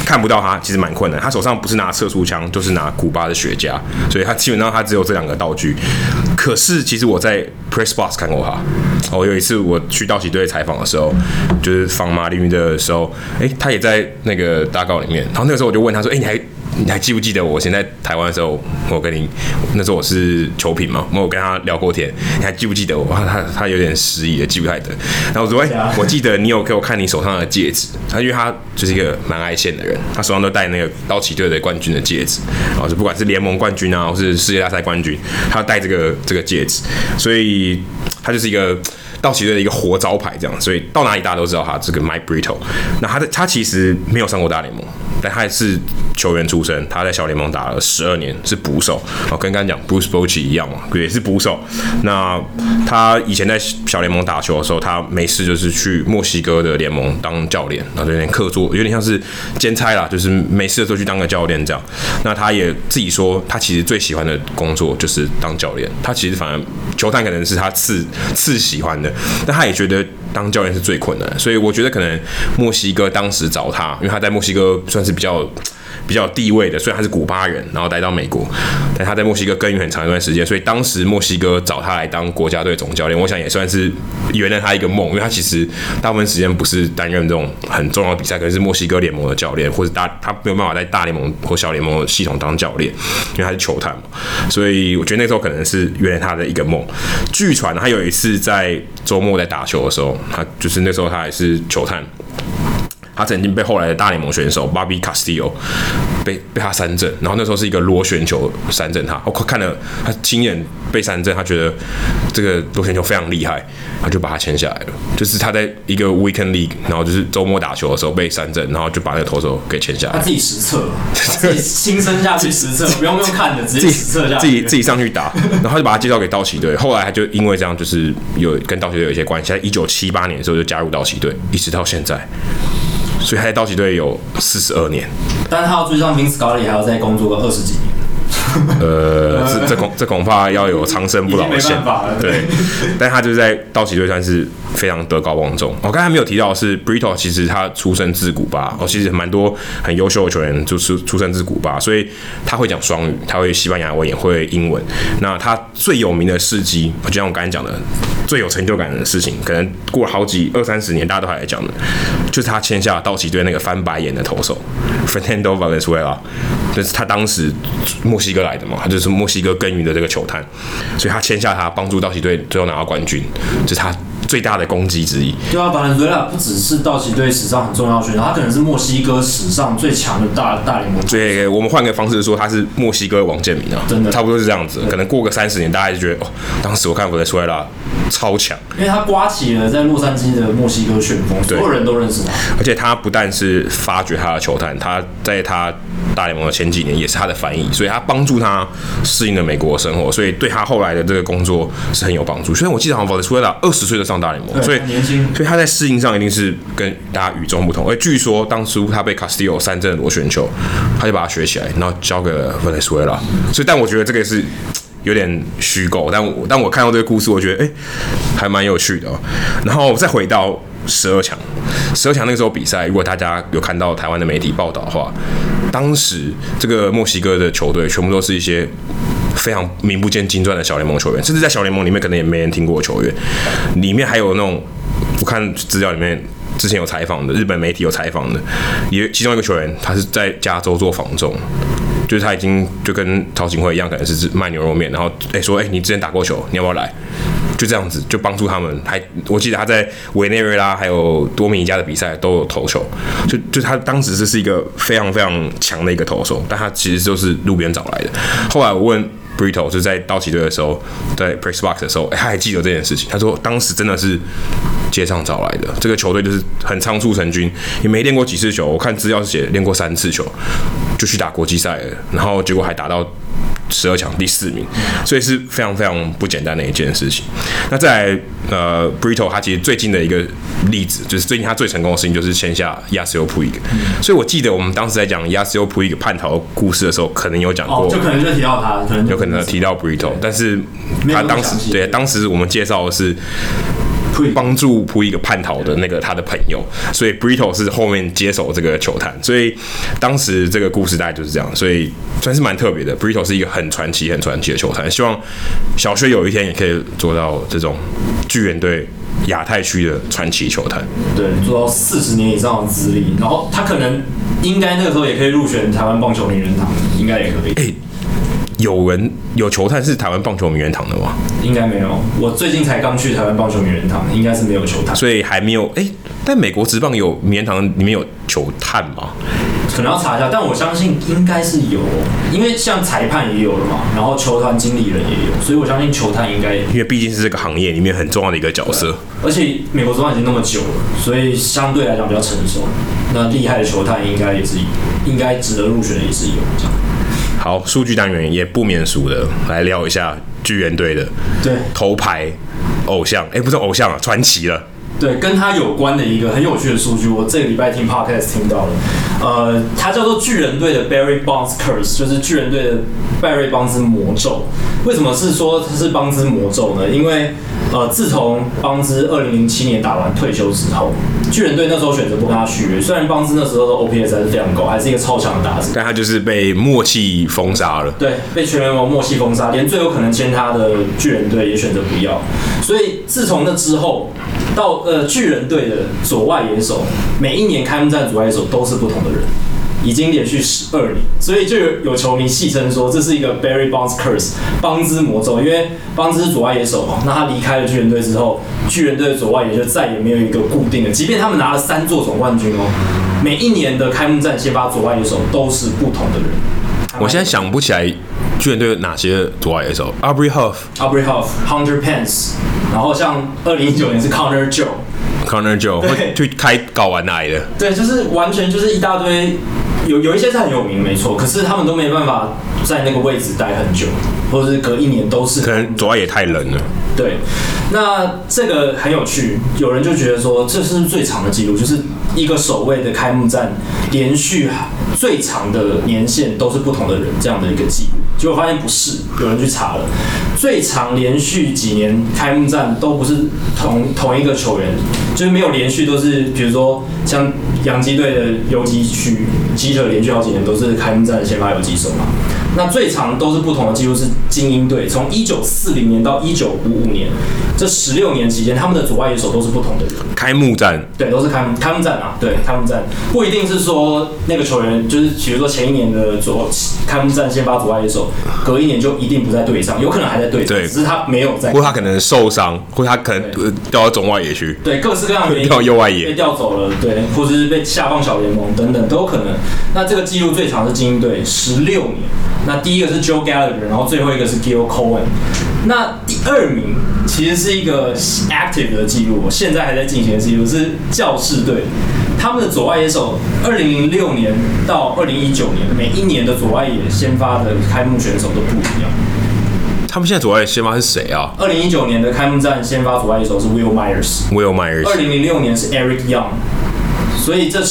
S1: 看不到他其实蛮困难。他手上不是拿测速枪，就是拿古巴的雪茄，所以他基本上他只有这2个道具。可是其实我在 Press Box 看过他。有一次我去道奇队采访的时候，就是访马林鱼的时候，他也在那个大告里面。然后那个时候我就问他说：“你还记不记得我以前在台湾的时候，那时候我是球评嘛，我跟他聊过天，你还记不记得我？”他有点失忆了，记不太得。然后我说：“我记得你有给我看你手上的戒指。”因为他就是一个蛮爱现的人，他手上都戴那个道奇队的冠军的戒指，然后就不管是联盟冠军啊，或是世界大赛冠军，他要戴这个戒指，所以他就是一个道奇队的一个活招牌，这样，所以到哪里大家都知道他这个 Mike Brito。那他其实没有上过大联盟，但他也是球员出身，他在小联盟打了12年，是捕手，跟刚刚讲 Bruce Bochy 一样嘛，也是捕手。那他以前在小联盟打球的时候，他没事就是去墨西哥的联盟当教练，然后有点客座，有点像是兼差啦，就是没事的时候去当个教练这样。那他也自己说，他其实最喜欢的工作就是当教练，他其实反而球探可能是他次喜欢的，但他也觉得当教练是最困难的，所以我觉得可能墨西哥当时找他，因为他在墨西哥算是比较有地位的，虽然他是古巴人，然后来到美国，但他在墨西哥耕耘很长一段时间，所以当时墨西哥找他来当国家队总教练，我想也算是圆了他一个梦，因为他其实大部分时间不是担任这种很重要的比赛，可能是墨西哥联盟的教练，或者他没有办法在大联盟或小联盟的系统当教练，因为他是球探嘛，所以我觉得那时候可能是圆了他的一个梦。据传他有一次在周末在打球的时候，他就是那时候他还是球探。他曾经被后来的大联盟选手 Bobby Castillo 被他三振，然后那时候是一个螺旋球三振他，我看了他亲眼被三振，他觉得这个螺旋球非常厉害，他就把他签下来了。就是他在一个 Weekend League， 然后就是周末打球的时候被三振，然后就把那个投手给签下来。
S2: 他自己实测，自己亲身下去实测，不用看的，直接实测下去，
S1: 自己上去打，然后他就把他介绍给道奇队。后来他就因为这样，就是有跟道奇队有一些关系。在1978年的时候就加入道奇队，一直到现在。所以他在道奇队有42年，
S2: 但是他要追上 Vince Scully， 还要再工作个20几年。
S1: 这恐怕要有长生不老的线，对。但他就是在道奇队算是非常德高望重。我刚才没有提到的是 Brito， 其实他出生自古巴，其实蛮多很优秀的球员就是出生自古巴，所以他会讲双语，他会西班牙文也会英文。那他最有名的事迹，就像我刚才讲的，最有成就感的事情，可能过了好几20-30年，大家都还在讲的，就是他签下道奇队那个翻白眼的投手 Fernando Valenzuela， 就是他当时墨西哥来的嘛，他就是墨西哥耕耘的这个球探，所以他签下他，帮助道奇队最后拿到冠军，这是他最大的功绩之一。
S2: 对啊，Valenzuela不只是道奇队史上很重要的选手，他可能是墨西哥史上最强的大联盟。
S1: 对，我们换个方式说，他是墨西哥王建民啊，真的差不多是这样子。可能过个30年，大家就觉得当时我看Valenzuela超强，
S2: 因为他刮起了在洛杉矶的墨西哥旋风，所有人都认识他。
S1: 而且他不但是发掘他的球探，他在他大联盟的前几年也是他的翻译，所以他帮助他适应了美国的生活，所以对他后来的这个工作是很有帮助。虽然我记得好像 Valenzuela 20岁就上大联盟，所以他在适应上一定是跟大家与众不同。而据说当初他被 Castillo 三振螺旋球，他就把它学起来，然后交给了 Valenzuela。所以，但我觉得这个是有点虚构，但我看到这个故事，我觉得还蛮有趣的。然后再回到12强那个时候比赛，如果大家有看到台湾的媒体报道的话，当时这个墨西哥的球队全部都是一些非常名不见经传的小联盟球员，甚至在小联盟里面可能也没人听过的球员，里面还有那种我看资料里面之前有采访的日本媒体有采访的，其中一个球员他是在加州做房仲。就是他已经就跟曹景辉一样，可能是卖牛肉面，然后说你之前打过球，你要不要来？就这样子就帮助他们。我记得他在委内瑞拉还有多米尼加的比赛都有投球，就他当时是一个非常非常强的一个投手，但他其实就是路边找来的。后来我问 Brito 就是在道奇队的时候，在 Press Box 的时候，他还记得这件事情。他说当时真的是街上找来的，这个球队就是很仓促成军，也没练过几次球。我看资料是写练过3次球，就去打国际赛了，然后结果还打到12强第4名，所以是非常非常不简单的一件事情。那再来Brito 他其实最近的一个例子，就是最近他最成功的事情就是签下 Yasiel Puig，所以我记得我们当时在讲 Yasiel Puig 叛逃故事的时候，可能有讲过，
S2: 就可能就提到他，有
S1: 可能提到 Brito， 但是他当时我们介绍的是帮助普伊格叛逃的那个他的朋友，所以 Brito 是后面接手这个球探，所以当时这个故事大概就是这样，所以算是蛮特别的。Brito 是一个很传奇的球探，希望小薛有一天也可以做到这种巨人队亚太区的传奇球探，
S2: 对，做到40年以上的资历，然后他可能应该那个时候也可以入选台湾棒球名人堂，应该也可以。
S1: 有球探是台湾棒球名人堂的吗？
S2: 应该没有，我最近才刚去台湾棒球名人堂，应该是没有球探，
S1: 所以还没有。但美国职棒有名人堂里面有球探吗？
S2: 可能要查一下，但我相信应该是有，因为像裁判也有了嘛，然后球团经理人也有，所以我相信球探应该，因
S1: 为毕竟是这个行业里面很重要的一个角色，
S2: 而且美国职棒已经那么久了，所以相对来讲比较成熟，那厉害的球探应该值得入选的也是有这样。
S1: 好，数据单元也不免俗的来聊一下巨人队的头牌偶像，不是偶像啊，传奇了。
S2: 对，跟他有关的一个很有趣的数据，我这个礼拜听 podcast 听到了，它叫做巨人队的 Barry Bonds Curse， 就是巨人队的拜瑞邦兹魔咒。为什么是说它是邦兹魔咒呢？因为自从邦兹2007年打完退休之后，巨人队那时候选择不跟他续约。虽然邦兹那时候的 OPS 还是非常高，还是一个超强的打者，
S1: 但他就是被默契封杀了。
S2: 对，被全联盟默契封杀，连最有可能签他的巨人队也选择不要。所以自从那之后，到巨人队的左外野手，每一年开幕战左外野手都是不同的人。已经连续12年，所以就有球迷戏称说这是一个 Barry Bonds Curse 邦兹魔咒，因为邦兹是左外野手嘛，那他离开了巨人队之后，巨人队的左外野就再也没有一个固定的，即便他们拿了3座总冠军哦，每一年的开幕战先发左外野手都是不同的人。
S1: 我现在想不起来巨人队有哪些左外野手 ，Aubrey
S2: Huff、Hunter Pence， 然后像2019年是 Connor Joe
S1: 会去开睾丸来的，
S2: 对，就是完全就是一大堆。有一些是很有名，没错，可是他们都没办法在那个位置待很久，或者是隔1年都是。
S1: 可能左外野太冷了。
S2: 对，那这个很有趣，有人就觉得说这是最长的记录，就是一个守卫的开幕战连续最长的年限都是不同的人这样的一个记录，结果发现不是，有人去查了，最长连续几年开幕战都不是同一个球员，就是没有连续都是，比如说像洋基队的游击区基特连续好几年都是开幕战的先发游击手嘛。那最长都是不同的记录是精英队，从1940年到1955年，这16年期间，他们的左外野手都是不同的人。
S1: 开幕战，
S2: 对，都是开幕战啊，对，开幕战不一定是说那个球员，就是比如说前一年的开幕战先发左外野手，隔1年就一定不在队上，有可能还在队上，只是他没有在，
S1: 或他可能受伤，或他可能调到中外野去，
S2: 对，各式各样的原因，
S1: 调右外野
S2: 被调走了，对，或者是被下放小联盟等等都有可能。那这个记录最长是精英队16年。那第一个是 Joe Gallagher， 然后最后一个是 Gil Cohen。那第2名其实是一个 active 的记录，现在还在进行的记录是教士队，他们的左外野手2006年到2019年每一年的左外野先发的开幕选手都不一样。
S1: 他们现在左外野先发是谁啊
S2: ？2019年的开幕战先发左外野手是 Will Myers。2006年是 Eric Young。所以这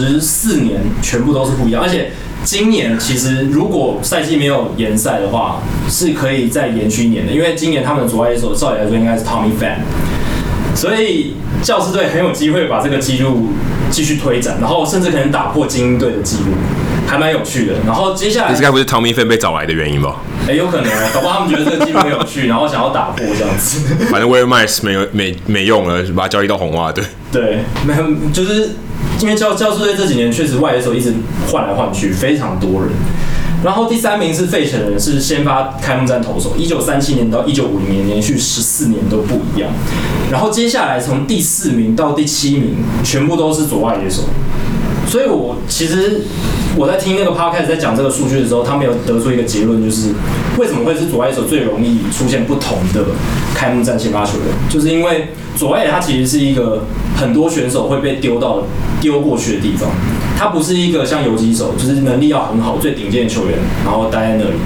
S2: 14年全部都是不一样，而且今年其实如果赛季没有延赛的话，是可以再延续1年的，因为今年他们的左外野手照理来说应该是 Tommy Pham， 所以教士队很有机会把这个记录继续推展，然后甚至可能打破精英队的记录，还蛮有趣的。然后接下来，
S1: 这该不是 Tommy Pham 被找来的原因吧？
S2: 有可能哦，搞不好他们觉得这个记录很有趣，然后想要打破这样子。
S1: 反正 Will Myers 没用了，就把他交易到红袜队。
S2: 对，就是因为教士队这几年确实外野手一直换来换去，非常多人。然后第3名是费城人，是先发开幕战投手，1937年到1950年连续14年都不一样。然后接下来从第4名到第7名，全部都是左外野手。所以我在听那个 podcast 在讲这个数据的时候，他们有得出一个结论，就是为什么会是左外野手最容易出现不同的开幕战先发球员，就是因为左外野他其实是一个很多选手会被丢过去的地方，他不是一个像游击手，就是能力要很好、最顶尖的球员，然后待在那里。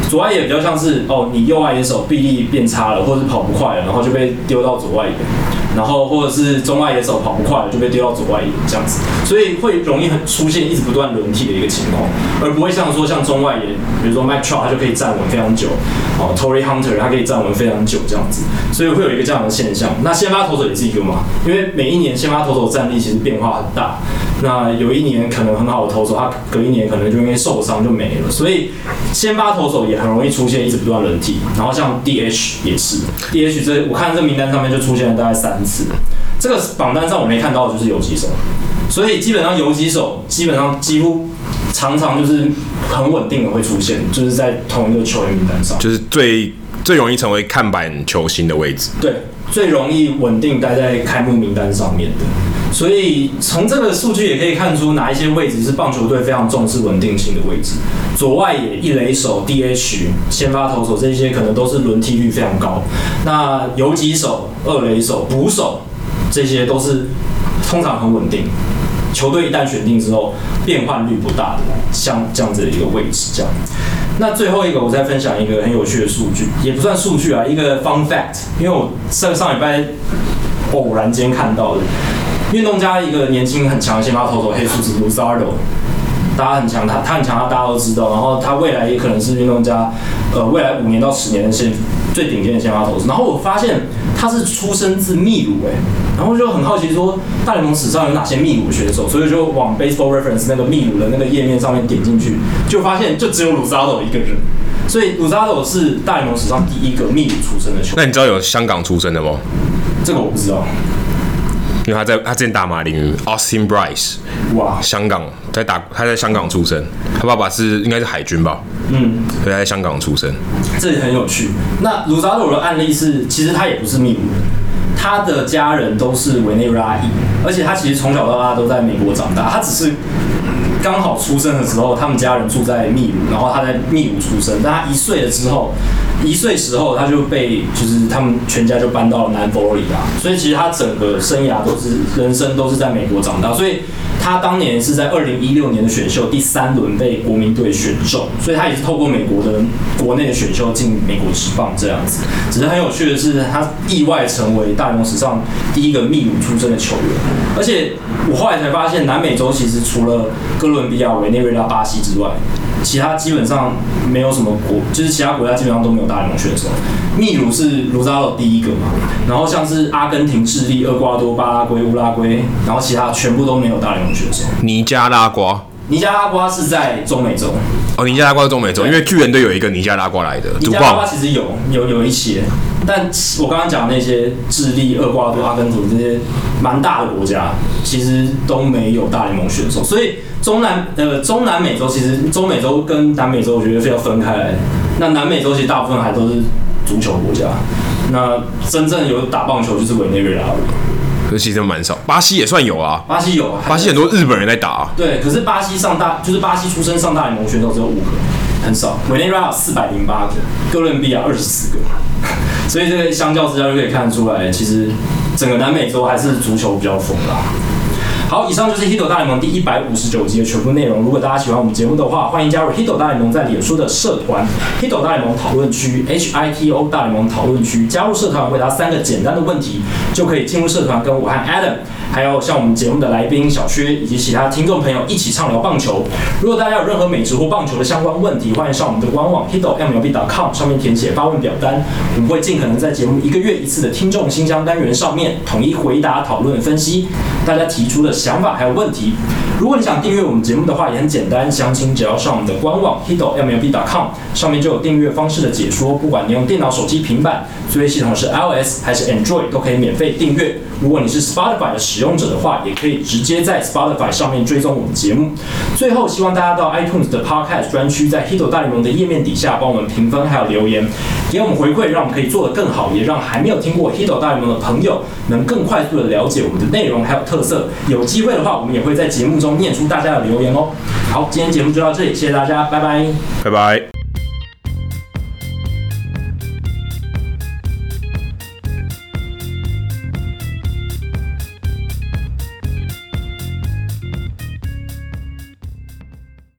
S2: 左外野比较像是你右外野手臂力变差了，或者是跑不快了，然后就被丢到左外野，然后或者是中外野手跑不快了就被丢到左外野这样子，所以会容易出现一直不断轮替的一个情况，而不会像中外野，比如说 Mike Trout 他就可以站稳非常久，Torii Hunter 他可以站稳非常久这样子，所以会有一个这样的现象。那先发投手也是一个嘛，因为每一年先发投手战力其实变化很大，那有一年可能很好的投手，他隔一年可能就因为受伤就没了，所以先发投手也很容易出现一直不断轮替。然后像 DH 也是 ，DH 我看这名单上面就出现了大概3次，这个榜单上我没看到的就是游击手，所以基本上游击手几乎常常就是很稳定的会出现，就是在同一个球员名单上，
S1: 就是最容易成为看板球星的位置。
S2: 对，最容易稳定待在开幕名单上面的。所以从这个数据也可以看出哪一些位置是棒球队非常重视稳定性的位置。左外野、一垒手、DH、先发投手这些可能都是轮替率非常高。那游击手、二垒手、捕手这些都是通常很稳定。球队一旦选定之后，变换率不大的，像这样子的一个位置这样。那最后一个，我再分享一个很有趣的数据，也不算数据啊，一个 fun fact， 因为我上礼拜偶然间看到的，运动家一个年轻很强的先发投手黑数字 Luzardo， 大家很强，他很强，大家都知道，然后他未来也可能是运动家未来5年到10年的最顶尖的先发投手。然后我发现他是出生自秘鲁然后就很好奇说大联盟史上有哪些秘鲁选手，所以就往 Baseball Reference 那个秘鲁的那个页面上面点进去，就发现就只有 Luzardo 一个人。所以 Luzardo 是大联盟史上第一个秘鲁出生的球员。
S1: 那你知道有香港出生的吗？
S2: 这个我不知道。
S1: 因为他之前打马林鱼 Austin Bryce， 哇，香港他在香港出生，他爸爸应该是海军吧，所以他在香港出生，
S2: 这也很有趣。那 Luzardo 的案例是，其实他也不是秘鲁人，他的家人都是委内瑞拉裔，而且他其实从小到大都在美国长大，他只是刚好出生的时候，他们家人住在秘鲁，然后他在秘鲁出生，但他1岁时候他就就是他们全家就搬到了南佛罗里达，所以其实他整个生涯人生都是在美国长大，所以他当年是在2016年的选秀第3轮被国民队选中，所以他也是透过美国的国内的选秀进美国职棒这样子。只是很有趣的是，他意外成为大联盟史上第一个秘鲁出生的球员，而且我后来才发现，南美洲其实除了哥伦比亚、委内瑞拉、巴西之外，其他基本上没有什么就是其他国家基本上都没有大联盟选手。秘鲁是 Luzardo 第一个嘛，然后像是阿根廷、智利、厄瓜多、巴拉圭、乌拉圭，然后其他全部都没有大联盟选手。
S1: 尼加拉瓜
S2: 是在中美洲。
S1: 尼加拉瓜是中美洲，因为巨人队有一个尼加拉瓜来的。
S2: 尼加拉瓜其实有一些，但我刚刚讲的那些智利、厄瓜多、阿根廷这些蛮大的国家，其实都没有大联盟选手。所以中南美洲其实中美洲跟南美洲我觉得是要分开来的。那南美洲其实大部分还都是足球国家，那真正有打棒球就是委内瑞拉而已。
S1: 可是其实蛮少，巴西也算有啊。
S2: 巴西有，
S1: 巴西很多日本人在打啊。
S2: 对，可是巴西巴西出生上大联盟选手只有5个，很少。委内瑞拉有408个，哥伦比亚24个，所以这个相较之下就可以看得出来，其实整个南美洲还是足球比较疯啦。好，以上就是 Hito 大联盟第159集的全部内容。如果大家喜欢我们节目的话，欢迎加入 Hito 大联盟在脸书的社团 Hito 大联盟讨论区 HITO 大联盟讨论区，加入社团回答3个简单的问题，就可以进入社团跟我和 Adam， 还有像我们节目的来宾小薛以及其他听众朋友一起畅聊棒球。如果大家有任何美职或棒球的相关问题，欢迎上我们的官网 hitomlb.com 上面填写发问表单，我们会尽可能在节目1个月1次的听众信箱单元上面统一回答、讨论、分析大家提出的想法还有问题。如果你想订阅我们节目的话，也很简单，详情只要上我们的官网 hitomlb.com 上面就有订阅方式的解说，不管你用电脑、手机、平板，作业系统是 iOS 还是 Android 都可以免费订阅。如果你是 Spotify 的使用者的话，也可以直接在 Spotify 上面追踪我们节目。最后，希望大家到 iTunes 的 Podcast 专区，在 Hito 大联盟的页面底下帮我们评分还有留言，给我们回馈，让我们可以做得更好，也让还没有听过 Hito 大联盟的朋友能更快速的了解我们的内容还有特色。有机会的话，我们也会在节目中念出大家的留言哦。好，今天节目就到这里，谢谢大家，拜拜，
S1: 拜拜。